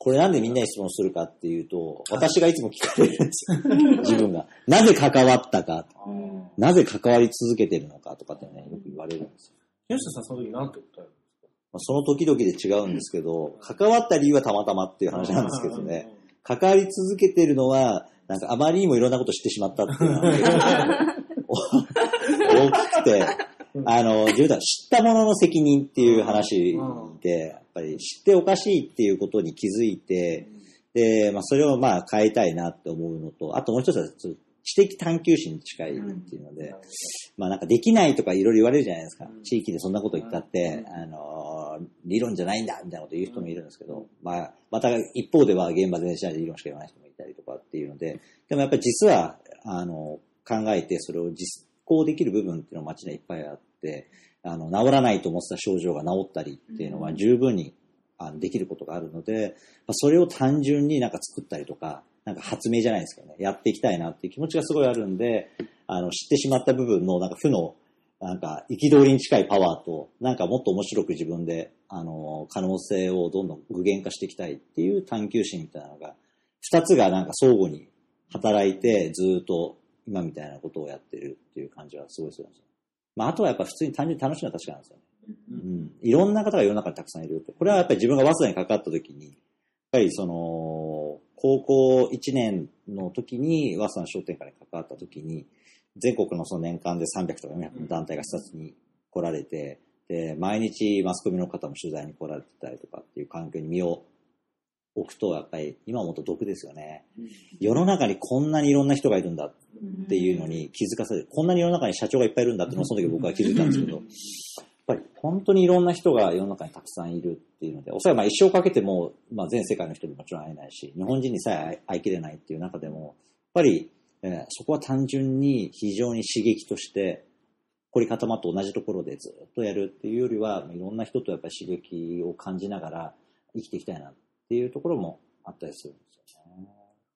これなんでみんなに質問するかっていうと、私がいつも聞かれるんですよ。自分が。なぜ関わったか、なぜ関わり続けてるのかとかってね、よく言われるんですよ。 木下さんその時なんて答えるんですか？ まあ、その時々で違うんですけど、関わった理由はたまたまっていう話なんですけどね、関わり続けてるのは、なんかあまりにもいろんなこと知ってしまったっていうのが大きくて、あの、自分は知ったものの責任っていう話で、やっぱり知っておかしいっていうことに気づいて、で、まあそれをまあ変えたいなって思うのと、あともう一つは知的探求心に近いっていうので、まあなんかできないとかいろいろ言われるじゃないですか。地域でそんなこと言ったって、あの、理論じゃないんだみたいなこと言う人もいるんですけど、まあまた一方では現場全然しないで理論しか言わない人もいたりとかっていうので、でもやっぱり実は、あの、考えてそれを実行できる部分っていうのは街にはいっぱいあって、あの、治らないと思ってた症状が治ったりっていうのは十分にあのできることがあるので、まあ、それを単純になんか作ったりとか、なんか発明じゃないですけどね、やっていきたいなっていう気持ちがすごいあるんで、あの、知ってしまった部分のなんか負の、なんか憤りに近いパワーと、なんかもっと面白く自分で、あの、可能性をどんどん具現化していきたいっていう探求心みたいなのが、二つがなんか相互に働いてずっと今みたいなことをやってるっていう感じはすごいするんですよ。まあ、あとはやっぱ普通に単純に楽しいのは確かなんですよね。うん。いろんな方が世の中にたくさんいる。これはやっぱり自分が早稲田にかかった時に、やっぱりその、高校いちねんの時に早稲田の商店会に関わった時に、全国のその年間でさんびゃくとかよんひゃくの団体が視察に来られて、で、毎日マスコミの方も取材に来られてたりとかっていう環境に身を置くと、やっぱり今思うと毒ですよね。世の中にこんなにいろんな人がいるんだっていうのに気づかされる。こんなに世の中に社長がいっぱいいるんだっていうのをその時僕は気づいたんですけど、やっぱり本当にいろんな人が世の中にたくさんいるっていうので、おそらくまあ一生かけても、まあ、全世界の人にもちろん会えないし、日本人にさえ会いきれないっていう中でも、やっぱり、えー、そこは単純に非常に刺激として凝り固まって同じところでずっとやるっていうよりは、いろんな人とやっぱり刺激を感じながら生きていきたいなっていうところもあったりするんですよね。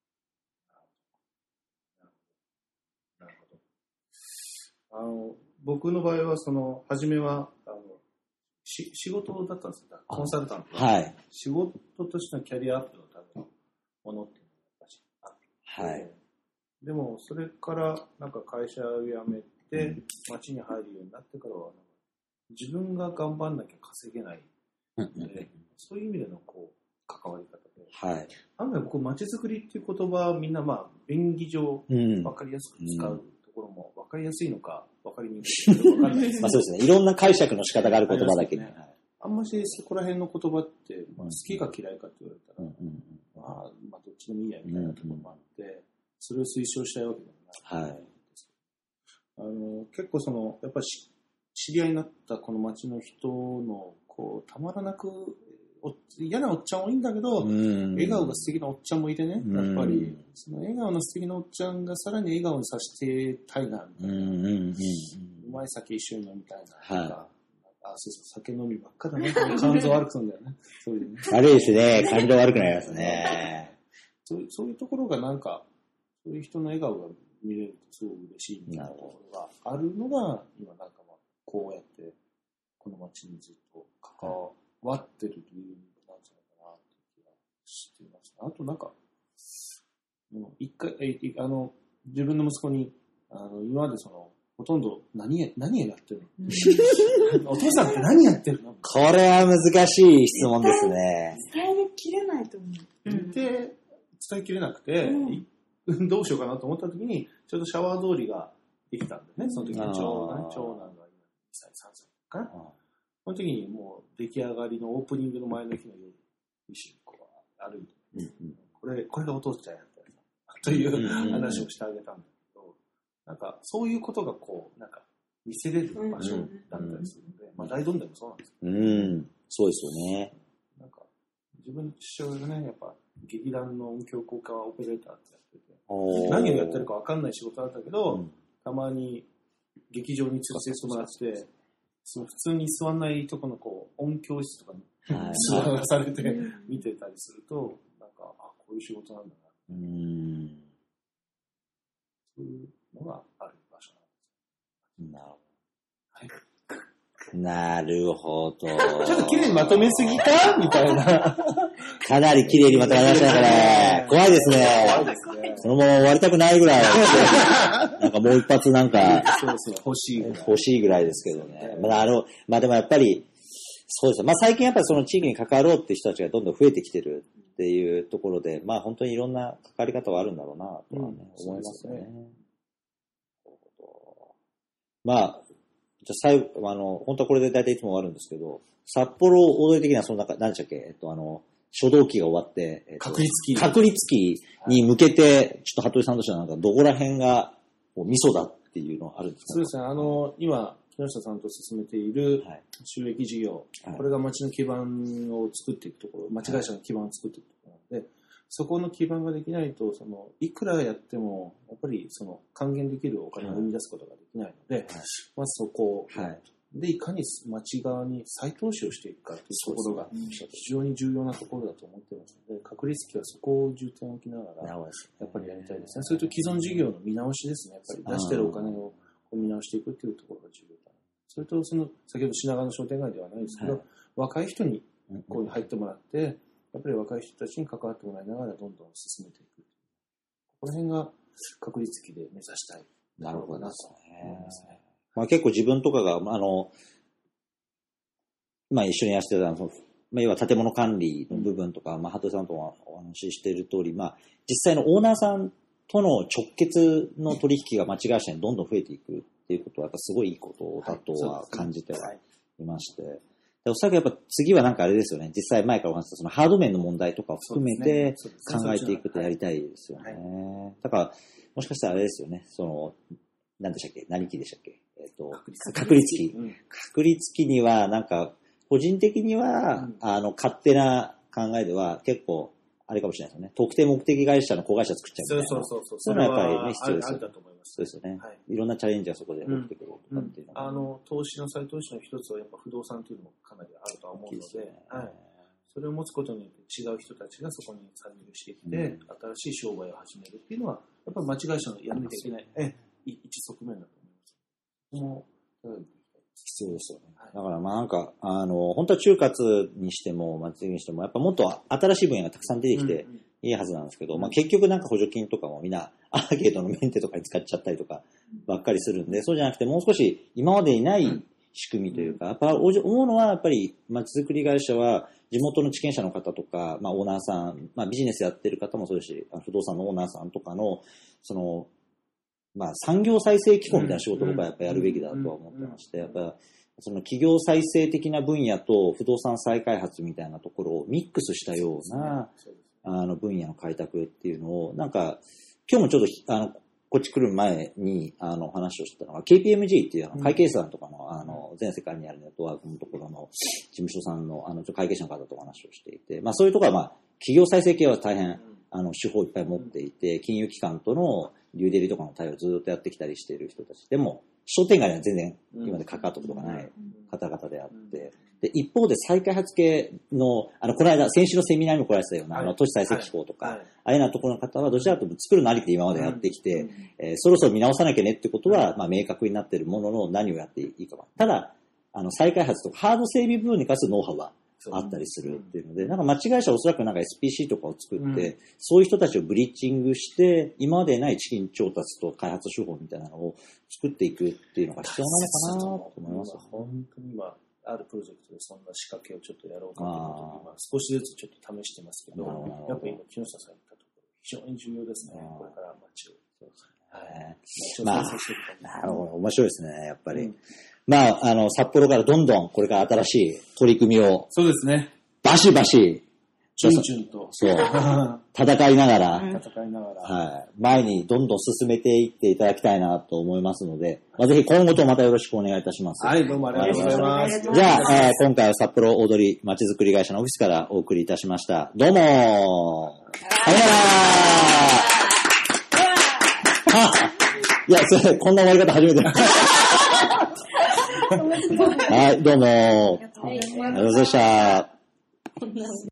なるほど。あの僕の場合はその初めはあのし仕事だったんですよ。コンサルタント。 はい。 仕事としてのキャリアアップのためのものっていうのがあって、はい。でもそれからなんか会社を辞めて街に入るようになってからは自分が頑張んなきゃ稼げないので、そういう意味でのこう関わり方で、はい。案外僕街づくりっていう言葉はみんなまあ便宜上分かりやすく使うところも分かりやすいのか分かりにくいのか分かんないです。 まあそうですね。いろんな解釈の仕方がある言葉だけに。 あんましそこら辺の言葉って、まあ、好きか嫌いかって言われたら、うんうん、まあ、まあどっちでもいいやみたいなところもあって、それを推奨したいわけでもないんですけど、はい、あの結構そのやっぱり知り合いになったこの町の人のこうたまらなくお嫌なおっちゃんもいいんだけど、うん、笑顔が素敵なおっちゃんもいてね、やっぱりその笑顔の素敵なおっちゃんがさらに笑顔にさせてたいなみたいな、うんうんうん、うまい酒一緒に飲みたいなとか、はい、あ、そうそう、酒飲みばっかだね。肝臓悪くするんだよね。そういうね。 悪いですね。肝臓悪くなりますね。 そういう、そういうところがなんか、そういう人の笑顔が見れるとすごく嬉しいみたいなところがあるのが、今なんかまあ、こうやって、この街にずっと関わってる理由なんじゃないかなって気がしています。あとなんか、一回、え、あの、自分の息子に、あの、今までその、ほとんど何、何やってるのお父さんって何やってるのこれは難しい質問ですね。 伝えきれないと思う。 で、伝えきれなくて、うん、どうしようかなと思った時に、ちょうどシャワー通りができたんでね、その時に長男、長男がにさい、さんさいかな。その時にもう出来上がりのオープニングの前の日の夜、一緒にこう歩いて、うんうん、これ、これがお父ちゃんやったやつという話をしてあげたんだけど、なんかそういうことがこう、なんか見せれる場所だったりするので、うんうん、まあ大どんでもそうなんですけど、 うん、そうですよね。 なんか自分の父親がね、やっぱ劇団の音響効果オペレーターってやってて、何をやってるか分かんない仕事だったけど、うん、たまに劇場に連れてってもらって、その普通に座んないとこのこう音響室とかに座らされて見てたりすると、なんか、あ、こういう仕事なんだな。うん、そういうのがある場所なんです。 なるほど。はい。 なるほど。 ちょっと綺麗にまとめすぎかみたいな。 かなり綺麗にまとめましたね。怖いですね。怖いですね。そのまま終わりたくないぐらい。なんかもう一発なんか、 そうそう、欲しい。 欲しいぐらいですけどね。まあ、あの、まあでもやっぱり、そうですね。まあ最近やっぱりその地域に関わろうっていう人たちがどんどん増えてきてるっていうところで、まあ本当にいろんな関わり方はあるんだろうなとはね、うん、思いますよね。まあ、じゃ最後、あの、本当はこれで大体いつも終わるんですけど、札幌大通り的にはその中、何でしたっけ、えっと、あの、初動期が終わって、えっと、 確率期。 確率期に向けて、ちょっと服部さんとしてはなんかどこら辺が、こう味噌だっていうのはあるんですか？ そうですね。あの、今、木下さんと進めている収益事業、はい、これが町の基盤を作っていくところ、町会社の基盤を作っていくところなので、そこの基盤ができないと、その、いくらやっても、やっぱりその、還元できるお金を生み出すことができないので、はい、まずそこを、はい、で、いかに町側に再投資をしていくかというところが、非常に重要なところだと思っていますので、確率期はそこを重点を置きながら、やっぱりやりたいですね。それと既存事業の見直しですね。やっぱり出してるお金を見直していくというところが重要だ。それと、その、先ほど品川の商店街ではないですけど、はい、若い人にここに入ってもらって、やっぱり若い人たちに関わってもらいながらどんどん進めていく。この辺が確率期で目指したい。 なるほどなと思いますね。まあ結構自分とかが、あの、まあ一緒にやらせてた、その、まあ要は建物管理の部分とか、うん、まあ、鳩さんともお話ししている通り、まあ実際のオーナーさんとの直結の取引が町会社にどんどん増えていくっていうことは、やっぱすごいいいことだとは感じてはいまして。はいでおそらくやっぱ次はなんかあれですよね。実際前からお話したそのハード面の問題とかを含めて考えていくとやりたいですよね。はい、だからもしかしたらあれですよね。その何でしたっけ何期でしたっけえっと確率期、うん、確率期にはなんか個人的には、うん、あの勝手な考えでは結構あれかもしれないですよね。特定目的会社の子会社作っちゃうみたいな。そうそうそうそう。そういうのはやっぱりね必要ですよね。そうですよね、はい。いろんなチャレンジはそこで起きてくるとかっていうの、 うんうん、あの投資の再投資の一つはやっぱ不動産というのもかなりあるとは思うので、ねはい、それを持つことによって違う人たちがそこに参入してきて、うん、新しい商売を始めるっていうのはやっぱり町会社のやらなきゃいけないえ一側面だと思います。もう、うん必要ですよね。だからまあなんか、あの、本当は中活にしても、祭りにしても、やっぱもっと新しい分野がたくさん出てきていいはずなんですけど、うんうん、まあ結局なんか補助金とかもみんなアーケードのメンテとかに使っちゃったりとかばっかりするんで、そうじゃなくてもう少し今までにない仕組みというか、やっぱ思うのはやっぱり街づくり会社は地元の地権者の方とか、まあオーナーさん、まあビジネスやってる方もそうですし、不動産のオーナーさんとかの、その、まあ産業再生機構みたいな仕事を僕はやっぱやるべきだとは思ってまして、やっぱその企業再生的な分野と不動産再開発みたいなところをミックスしたようなあの分野の開拓っていうのをなんか今日もちょっとあのこっち来る前にあの話をしてたのが ケーピーエムジー っていうあの会計士さんとかのあの全世界にあるネットワークのところの事務所さんのあの会計士の方とお話をしていて、まあそういうところはまあ企業再生系は大変あの手法をいっぱい持っていて金融機関とのデューデリとかの対応をずっとやってきたりしている人たちでも商店街には全然今まで関わったことがない方々であって、で、一方で再開発系の、あの、この間、先週のセミナーにも来られてたような、あの、都市再生機構とか、ああいうようなところの方は、どちらかというと作るのありって今までやってきて、えー、そろそろ見直さなきゃねってことは、まあ、明確になっているものの何をやっていいかは。ただ、あの、再開発とか、ハード整備部分に関するノウハウは、あったりするっていうので、なんか町会社はおそらくなんか エスピーシー とかを作って、うん、そういう人たちをブリッジングして、今までない資金調達と開発手法みたいなのを作っていくっていうのが必要なのかなと思います。 本当に今、あるプロジェクトでそんな仕掛けをちょっとやろうかということで、今少しずつちょっと試してますけど、やっぱり今、木下さん言ったところ、非常に重要ですね、これから町を。そうですね。はい。まあ、なるほど、面白いですね、やっぱり。うんまあ、あの、札幌からどんどんこれから新しい取り組みを。 そうですね。 バシバシ。 チュンチュンと。 そう。戦いながら。 戦いながら。 はい。前にどんどん進めていっていただきたいなと思いますので、まあ、ぜひ今後とまたよろしくお願いいたします。 はい、どうもありがとうございます。 じゃあ、えー、今回は札幌大通まちづくり会社のオフィスからお送りいたしました。どうもー。さよならいや、それ、こんな終わり方初めて。はい、どうも。ありがとうございました。